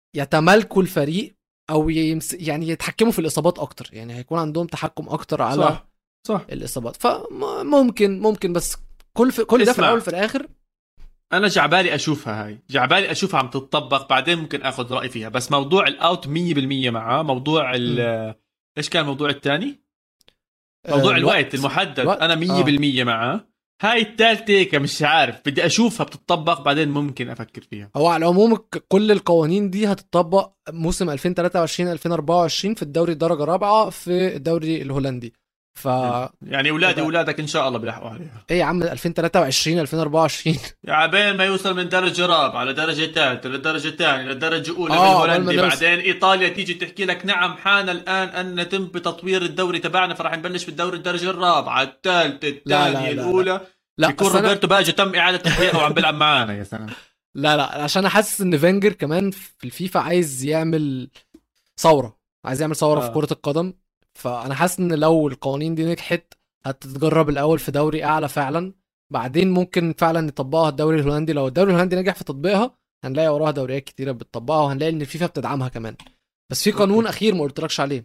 يتمالكوا الفريق او يعني يتحكموا في الاصابات اكتر، يعني هيكون عندهم تحكم اكتر على صح الاصابات. فممكن بس كل ده في الاول وفي الاخر انا جعبالي اشوفها عم تتطبق، بعدين ممكن اخذ راي فيها. بس موضوع الاوت 100% معاه. موضوع ايش كان الموضوع الثاني؟ موضوع الوقت المحدد انا 100% معاه. هاي الثالثه مش عارف، بدي اشوفها بتطبق بعدين ممكن افكر فيها. هو على العموم كل القوانين دي هتطبق موسم 2023 2024 في الدوري الدرجه الرابعه في الدوري الهولندي. يعني اولادي واولادك ان شاء الله بيلحقوا عليها. ايه يا عم 2023 2024 يا عبين ما يوصل من درجه رابعه لدرجه ثالثه لدرجه ثانيه لدرجه اولى بالهولندي، بعدين ايطاليا تيجي تحكي لك نعم حان الان ان نتم بتطوير الدوري تبعنا، فراح نبلش بالدوري الدرجه الرابعه الثالثه الثانيه الاولى. لا يكون روبرتو باجي تم اعاده تحقيقه وعم بيلعب معانا يا سلام. لا عشان احس ان فينجر كمان في الفيفا عايز يعمل ثوره في كره القدم. فانا حاسس ان لو القوانين دي نجحت هتتجرب الاول في دوري اعلى فعلا، بعدين ممكن فعلا نطبقها الدوري الهولندي. لو الدوري الهولندي نجح في تطبيقها هنلاقي وراها دوريات كتيره بتطبقها، وهنلاقي ان الفيفا بتدعمها كمان. بس في قانون اخير ما قلتلكش عليه.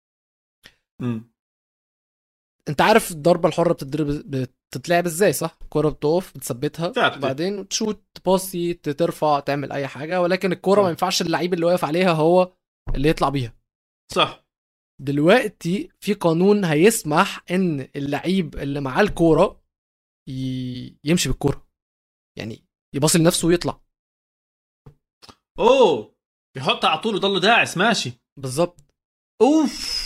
انت عارف الضربه الحره بتتلعب ازاي صح؟ الكوره بتقف بتثبتها بعدين تشوت تباصي ترفع تعمل اي حاجه، ولكن الكوره ما ينفعش اللعيب اللي واقف عليها هو اللي يطلع بيها. صح. دلوقتي في قانون هيسمح ان اللعيب اللي معاه الكوره يمشي بالكوره، يعني يباصي لنفسه ويطلع. يحطها على طول ويضل داعس ماشي. بالظبط. اوف.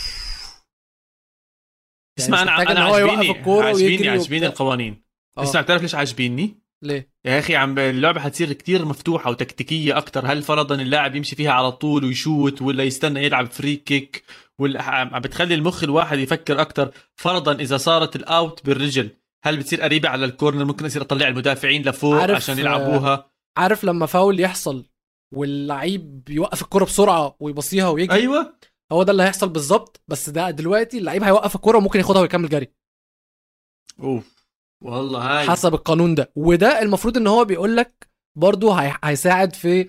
يعني اسمع انا عاجبيني القوانين. اسمع بتعرف ليش عاجبيني؟ ليه يا اخي عم اللعبه حتصير كتير مفتوحه وتكتيكيه اكتر. هل فرضا اللاعب يمشي فيها على طول ويشوت، ولا يستنى يلعب فري كيك، ولا عم بتخلي المخ الواحد يفكر اكتر. فرضا اذا صارت الاوت بالرجل هل بتصير قريبه على الكورنر، ممكن يصير اطلع المدافعين لفوق عشان يلعبوها. عارف لما فاول يحصل واللعيب يوقف الكرة بسرعه ويبصيها ويجري؟ ايوه هو ده اللي هيحصل بالظبط. بس ده دلوقتي اللعيب هيوقف الكرة وممكن ياخدها ويكمل جري. والله هاي حسب القانون ده. وده المفروض ان هو بيقول لك برضو هيساعد في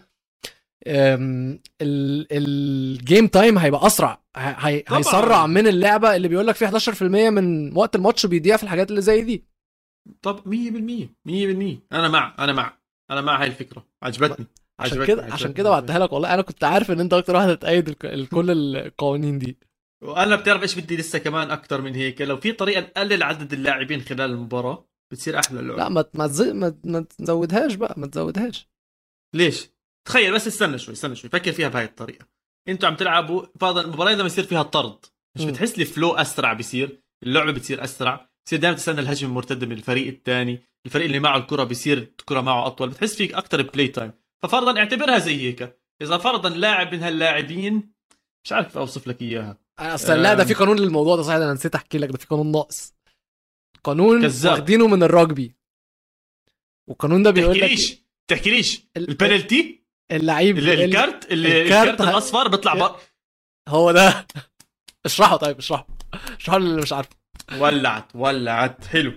الجيم تايم، هيبقى اسرع، هيسرع من اللعبه اللي بيقول لك فيه 11% من وقت الماتش بيضيع في الحاجات اللي زي دي. طب 100% انا مع هاي الفكره. عجبتني عشان كده بعتها لك. والله انا كنت عارف ان انت اكتر واحد هتأيد كل القوانين دي. وانا بتعرف ايش بدي لسه كمان اكتر من هيك، لو في طريقه نقلل عدد اللاعبين خلال المباراه بتصير احلى اللعبه. لا ما تزودهاش بقى، ما تزودهاش. ليش؟ تخيل بس استنى شوي فكر فيها بهاي الطريقه. انتوا عم تلعبوا بعض المباريات لما يصير فيها طرد، مش بتحس لي فلو اسرع بيصير؟ اللعبه بتصير اسرع، بتصير دائما تستنى الهجمه المرتده من الفريق الثاني، الفريق اللي معه الكره بيصير الكره معه اطول، بتحس فيك اكتر بلاي تايم. ففرضا اعتبرها زي هيك، اذا فرضا لاعب من هاللاعبين مش عارف كيف اوصف لك اياها. اصلا لا ده في قانون للموضوع ده صحيح، انا نسيت احكي لك. ده في قانون ناقص، قانون واخدينه من الرugby، والقانون ده بيقول لك تحكيليش البنالتي اللعيب الكارت الاصفر بيطلع هو ده. اشرحه طيب، اشرحه اللي مش عارفه. ولعت حلو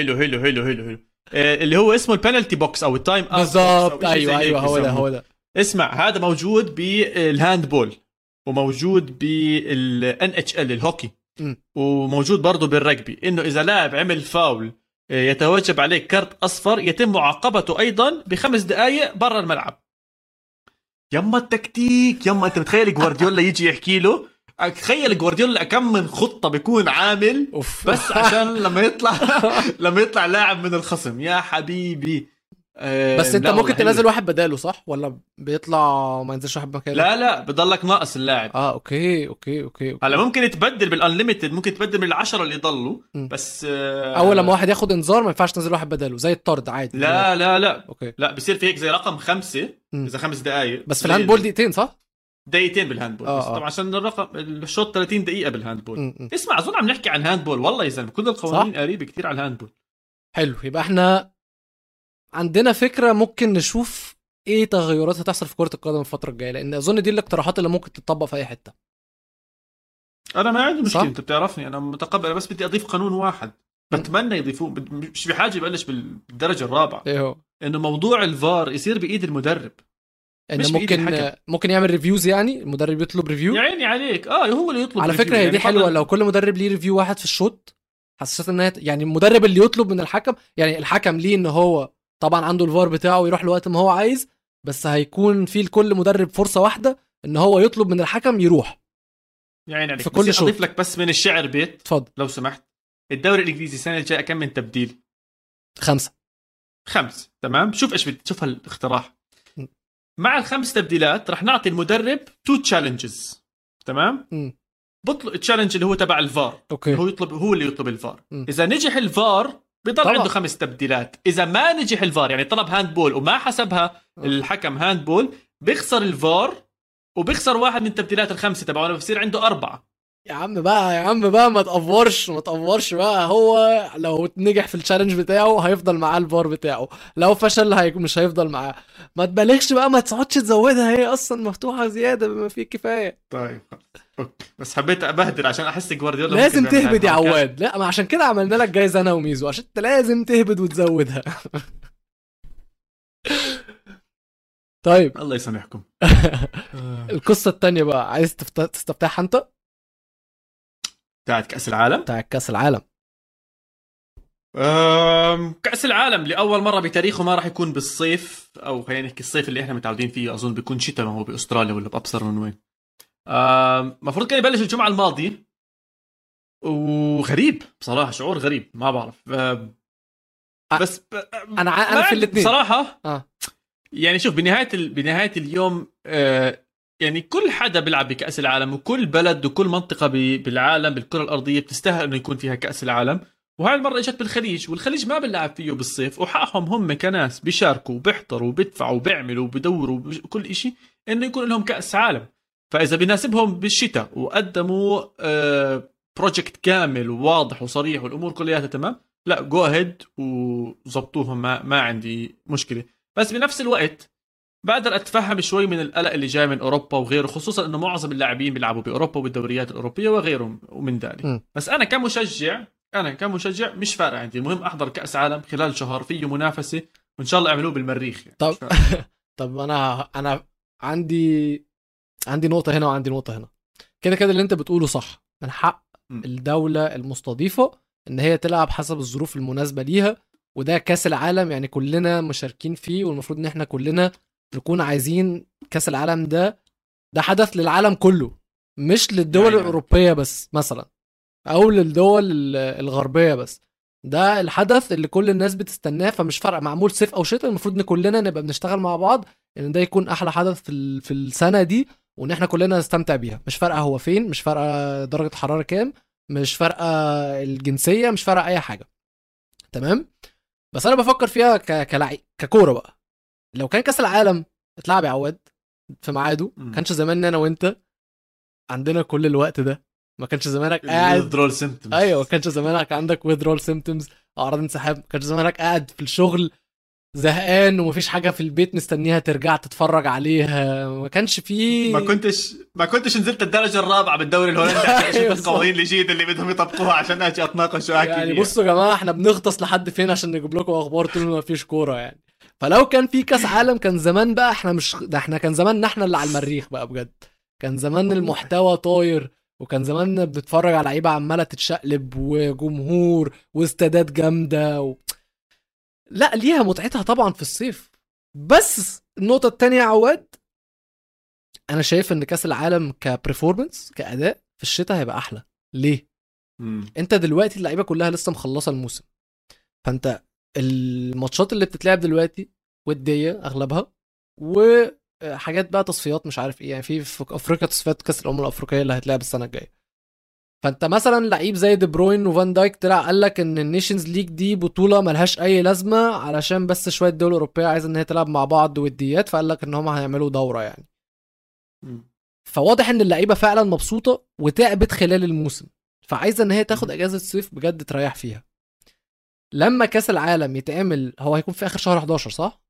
اللي هو اسمه البنالتي بوكس او التايم اوت بالظبط. ايوه هو ده. اسمع، هذا موجود بالهاند بول، وموجود بالان اتش ال الهوكي، وموجود برضه بالرجبي. انه اذا لاعب عمل فاول يتوجب عليه كارت اصفر، يتم معاقبته ايضا ب5 دقائق برا الملعب. يما التكتيك، يما انت متخيل جوارديولا يجي يحكي له؟ تخيل جوارديولا كم من خطة بيكون عامل بس عشان لما يطلع لاعب من الخصم. يا حبيبي بس انت ممكن تنزل واحد بداله صح؟ ولا بيطلع ما ينزلش واحد مكانه؟ لا بضلك ناقص اللاعب. اوكي هلا ممكن تبدل بالانليميتد، ممكن تبدل من 10 اللي ضلوا بس اول لما واحد ياخد انذار ما ينفعش تنزل واحد بداله زي الطرد عادي. لا اوكي. لا بصير في هيك زي رقم 5 اذا 5 دقائق بس في الهاندبول دقيقتين صح؟ دقيقتين بالهاندبول. طبعا عشان الرقم الشوط 30 دقيقه بالهاندبول. اسمع اظن عم نحكي عن هاندبول والله يا زلمه، كل القوانين قريبه كتير على الهاندبول. حلو، يبقى احنا عندنا فكره ممكن نشوف ايه تغيرات هتحصل في كره القدم الفتره الجايه، لان اظن دي الاقتراحات اللي ممكن تطبق في اي حته. انا ما عندي مشكله، انت بتعرفني انا متقبل، بس بدي اضيف قانون واحد بتمنى يضيفوه، مش بحاجه يبلش بالدرجه الرابعه. ايه هو؟ انه موضوع الفار يصير بايد المدرب. ان مش بإيد ممكن الحكم. ممكن يعمل ريفيوز، يعني المدرب يطلب ريفيو. يا عيني عليك، هو اللي يطلب على ريفيو. فكره هي يعني دي حلوه، فضل- لو كل مدرب ليه ريفيو واحد في الشوط، حسيت ان يعني المدرب اللي يطلب من الحكم، يعني الحكم ليه ان هو طبعا عنده الفار بتاعه يروح لوقت ما هو عايز، بس هيكون في لكل مدرب فرصه واحده ان هو يطلب من الحكم يروح يا عيني عليك. في بس كل شوط. اضيف لك بس من الشعر بيت اتفضل. لو سمحت. الدوري الانجليزي السنه الجايه كم من تبديل؟ 5. 5. تمام. شوف ايش شوف هالاقتراح. مع ال5 تبديلات رح نعطي المدرب 2 تشالنجز. تمام. م. بطلب التشالنج اللي هو تبع الفار، اوكي. اللي هو اللي يطلب الفار. م. اذا نجح الفار بيضل طبعا. عنده 5 تبديلات. اذا ما نجح الفار، يعني طلب هاند بول وما حسبها الحكم هاند بول، بيخسر الفار وبيخسر واحد من تبديلات ال5 تبعه، بصير عنده 4. يا عم بقى ما تقفرش بقى. هو لو نجح في التشالنج بتاعه هيفضل معاه الفار بتاعه، لو فشل مش هيفضل معاه. ما تبالغش بقى، ما تقعدش تزودها، هي اصلا مفتوحه زياده بما فيه الكفايه. طيب اوكي، بس حبيت ابهدل عشان احس جوارديولا لازم ممكن بيعمل تهبد يا هاي الحركات. عواد. لا، ما عشان كده عملنا لك جايزه انا وميزو، عشان انت لازم تهبد وتزودها. طيب. الله يسامحكم. القصه التانية بقى، عايز تستفتحها انت؟ بتاعت كأس العالم. بتاع كاس العالم. كأس العالم لأول مرة بتاريخه ما راح يكون بالصيف، أو خلينا نحكي الصيف اللي إحنا متعودين فيه. أظن بيكون شتاء، ما هو بأستراليا ولا بأبصر من وين. مفروض كان يبلش الجمعة الماضية، وغريب بصراحة، شعور غريب، ما بعرف. بس انا في الاثنين بصراحة. آه. يعني شوف، بنهاية اليوم يعني كل حدا بيلعب بكأس العالم، وكل بلد وكل منطقة بالعالم بالكرة الأرضية بتستاهل إنه يكون فيها كأس العالم. وهاي المرة اجت بالخليج، والخليج ما بنلعب فيه بالصيف، وحقهم هم كناس بيشاركوا وبيحضروا وبيدفعوا وبيعملوا وبيدوروا كل إشي إنه يكون لهم كأس عالم. فإذا بيناسبهم بالشتاء وقدموا بروجكت كامل وواضح وصريح والأمور كلها تمام، لا جو أهيد وزبطوهم، ما عندي مشكلة. بس بنفس الوقت بقدر اتفهم شوي من القلق اللي جاي من اوروبا وغيره، خصوصا انه معظم اللاعبين بيلعبوا باوروبا وبالدوريات الاوروبيه وغيرهم ومن ذلك. بس انا كمشجع مش فارق عندي، المهم احضر كاس عالم خلال شهر فيه منافسه، وان شاء الله يعملوه بالمريخ يعني. طب طب انا عندي نقطه هنا وعندي نقطه هنا. كده اللي انت بتقوله صح، من حق الدوله المستضيفه ان هي تلعب حسب الظروف المناسبه ليها، وده كاس العالم يعني كلنا مشاركين فيه، والمفروض ان احنا كلنا نكون عايزين كاس العالم ده حدث للعالم كله، مش للدول يعني الأوروبية بس مثلا، أو للدول الغربية بس. ده الحدث اللي كل الناس بتستناه، فمش فارقة معمول صيف أو شتاء، المفروض إن كلنا نبقى بنشتغل مع بعض إن ده يكون أحلى حدث في السنة دي، وإن إحنا كلنا نستمتع بيها. مش فارقة هو فين، مش فارقة درجة حرارة كام، مش فارقة الجنسية، مش فارقة أي حاجة. تمام. بس أنا بفكر فيها ككورة بقى. لو كان كاس العالم اتلعب يا عواد في ميعاده، كانش زماننا انا وانت عندنا كل الوقت ده، ما كانش زمانك قاعد ايوه، ما كانش زمانك عندك withdrawal symptoms، اعراض انسحاب، ما كانش زمانك قاعد في الشغل زهقان ومفيش حاجه في البيت مستنيها ترجع تتفرج عليها، ما كانش فيه، ما كنتش نزلت الدرجه الرابعه بالدوري الهولندي عشان اشوف القوانين الجديده اللي بدهم يطبقوها عشان اجي اتناقش واحكي يعني فيها. بصوا يا جماعه، احنا بنغطس لحد فين عشان نجيب لكم اخبار طول ما فيش كوره يعني. فلو كان في كاس عالم كان زمان بقى احنا كان زماننا احنا اللي على المريخ بقى بجد، كان زمان المحتوى طاير، وكان زمان بنتفرج على لعيبه عماله تتشقلب وجمهور واستادات جامده لا، ليها متعتها طبعا في الصيف. بس النقطه التانية يا عواد، انا شايف ان كاس العالم كبرفورمانس كاداء في الشتاء هيبقى احلى. ليه؟ انت دلوقتي اللعيبه كلها لسه مخلصه الموسم، فانت الماتشات اللي بتتلعب دلوقتي وديه اغلبها، وحاجات بقى تصفيات مش عارف ايه، يعني في افريقيا تصفيات كاس الامم الافريقيه اللي هتلعب السنه الجايه. فانت مثلا لعيب زي دي بروين وفان دايك طلع قال لك ان النيشنز ليج دي بطوله ملهاش اي لازمه، علشان بس شويه دول اوروبيه عايزه ان هي تلعب مع بعض وديات، فقال لك ان هم هيعملوا دوره يعني. فواضح ان اللعيبه فعلا مبسوطه وتعبت خلال الموسم، فعايزه ان هي تاخد اجازه صيف بجد تريح فيها. لما كاس العالم يتعمل، هو هيكون في اخر شهر 11 صح؟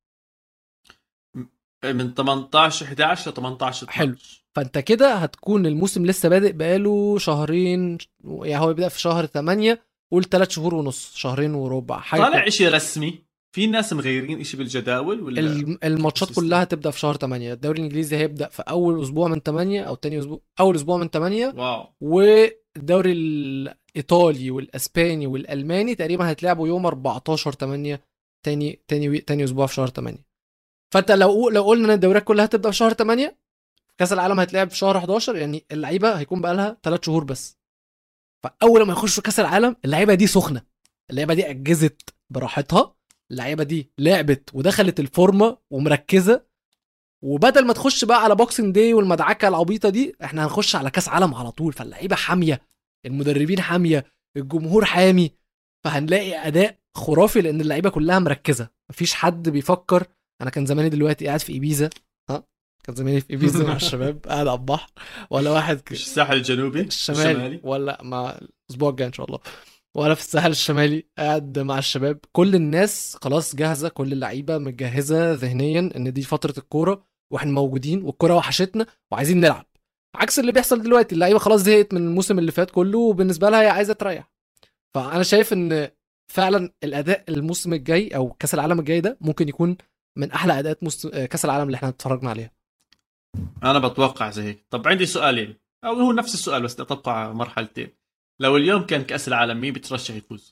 من 18 11 ل 18 12. حلو. فانت كده هتكون الموسم لسه بادئ بقاله شهرين، يعني هو بيبدأ في شهر 8، قول 3 شهور ونص، شهرين وربع حاجه. طالع اشي رسمي في ناس مغيرين إشي بالجداول ولا الماتشات مش كلها تبدا في شهر 8. الدوري الانجليزي هيبدا في اول اسبوع من 8 او تاني اسبوع، اول اسبوع من 8. واو. والدوري الايطالي والاسباني والالماني تقريبا هيتلعبوا يوم 14 8، تاني اسبوع في شهر 8. فانت لو قلنا ان الدوريات كلها هتبدا في شهر 8، كاس العالم هيتلعب في شهر 11، يعني اللعيبه هيكون بقى لها 3 شهور بس. فاول ما يخشوا كاس العالم اللعيبه دي سخنه، اللعيبه دي اجزت براحتها، اللعيبه دي لعبت ودخلت الفورمه ومركزه. وبدل ما تخش بقى على بوكسنج داي والمدعكه العبيطه دي، احنا هنخش على كاس عالم على طول. فاللعيبه حاميه، المدربين حاميه، الجمهور حامي، فهنلاقي اداء خرافي لان اللعيبه كلها مركزه. مفيش حد بيفكر انا كان زماني دلوقتي قاعد في ايبيزا، كان زماني في ايبيزا مع الشباب قاعد على البحر، ولا واحد مش الساحل الجنوبي الشمالي ولا مع الاسبوع الجاي ان شاء الله، ولا في الساحل الشمالي قاعد مع الشباب. كل الناس خلاص جاهزه، كل اللعيبه متجهزه ذهنيا ان دي فتره الكوره واحنا موجودين والكوره وحشتنا وعايزين نلعب. عكس اللي بيحصل دلوقتي، اللعيبه خلاص زهقت من الموسم اللي فات كله وبالنسبه لها هي عايزه تريح. فانا شايف ان فعلا الاداء الموسم الجاي او كاس العالم الجاي ده ممكن يكون من احلى اداءات كاس العالم اللي احنا اتفرجنا عليها. انا بتوقع زي هيك. طب عندي سؤالين، او هو نفس السؤال بس اتوقع مرحلتين. لو اليوم كان كاس العالم مين بترشح يفوز؟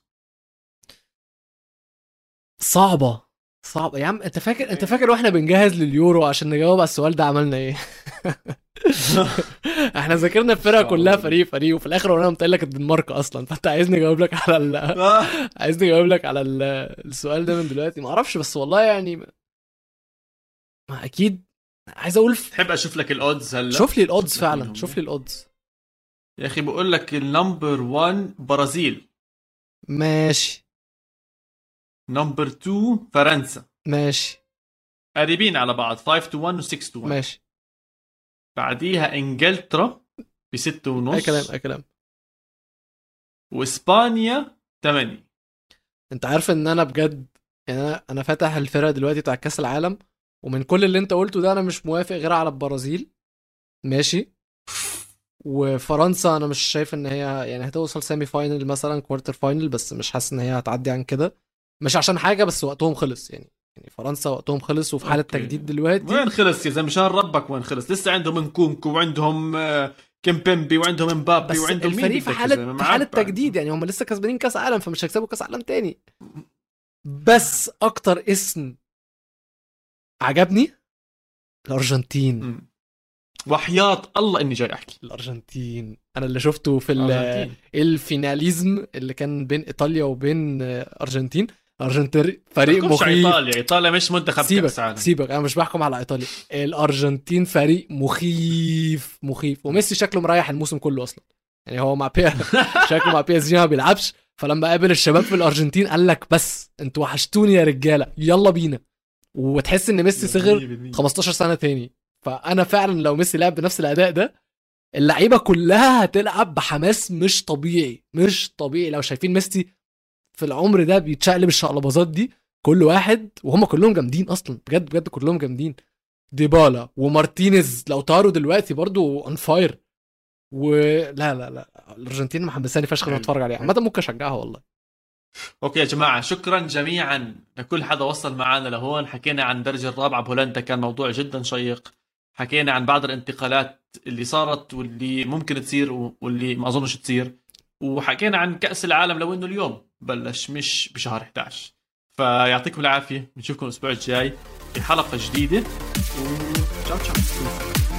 صعبه يا عم. انت فاكر واحنا بنجهز لليورو عشان نجاوب على السؤال ده عملنا ايه؟ احنا ذاكرنا الفرقه كلها فريق وفي الاخر انا قلت لك الدنمارك اصلا. فانت عايزني اجاوب لك على السؤال ده من دلوقتي؟ ما اعرفش، بس والله يعني ما اكيد عايز اقول تحب اشوف لك الاودز هلا؟ شوف لي الاودز فعلا، شوف لي الاودز يا اخي. بقول لك النمبر 1 برازيل، ماشي. نمبر 2 فرنسا، ماشي. قريبين على بعض 5 to 1 و 6 to 1. ماشي. بعديها انجلترا ب 6 ونص. اي كلام. واسبانيا 8. انت عارف ان انا بجد يعني انا فاتح الفرقه دلوقتي بتاع كاس العالم، ومن كل اللي انت قلته ده انا مش موافق غير على البرازيل. ماشي. وفرنسا انا مش شايف ان هي يعني هتوصل سيمي فاينل مثلا، كوارتر فاينل، بس مش حاسس ان هي هتعدي عن كده. مش عشان حاجه، بس وقتهم خلص يعني فرنسا وقتهم خلص وفي حاله تجديد دلوقتي. وين خلص يا زلمه؟ شهر ربك وين خلص؟ لسه عندهم نكونكو وعندهم كيمبيمبي وعندهم امبابي وعندهم الفريق في حاله تجديد يعني. هم لسه كسبانين كاس عالم فمش هيكسبوا كاس عالم تاني. بس اكتر اسم عجبني الارجنتين. وحياة الله اني جاي احكي الارجنتين. انا اللي شفته في الفيناليزم اللي كان بين ايطاليا وبين ارجنتين. الارجنتين فريق مخيف. ايطاليا مش منتخب كاس عالم. سيبك انا مش بحكم على ايطاليا. الارجنتين فريق مخيف. وميسي شكله مريح الموسم كله اصلا يعني. هو مع شكله مع بي اس جي ما بيلعبش. فلما قابل الشباب في الارجنتين قال لك بس انتوا وحشتوني يا رجاله، يلا بينا. وتحس ان ميسي صغر 15 سنه تاني. فانا فعلا لو ميسي لعب بنفس الاداء ده اللعيبه كلها هتلعب بحماس مش طبيعي. لو شايفين ميسي في العمر ده بيتشقلب الشقلباظات دي كل واحد، وهم كلهم جامدين اصلا بجد كلهم جامدين. ديبالا ومارتينيز لو طاروا دلوقتي برضو اون فاير. ولا الارجنتين محمساني فشخ اني اتفرج عليها. عامه ممكن اشجعها والله. اوكي يا جماعه، شكرا جميعا لكل حدا وصل معنا لهون. حكينا عن الدرجه الرابعه بهولندا، كان موضوع جدا شيق. حكينا عن بعض الانتقالات اللي صارت واللي ممكن تصير واللي ما اظنش تصير. وحكينا عن كأس العالم لو انه اليوم بلش مش بشهر 11. فيعطيكم العافيه، بنشوفكم الاسبوع الجاي في حلقه جديده. وتشاو.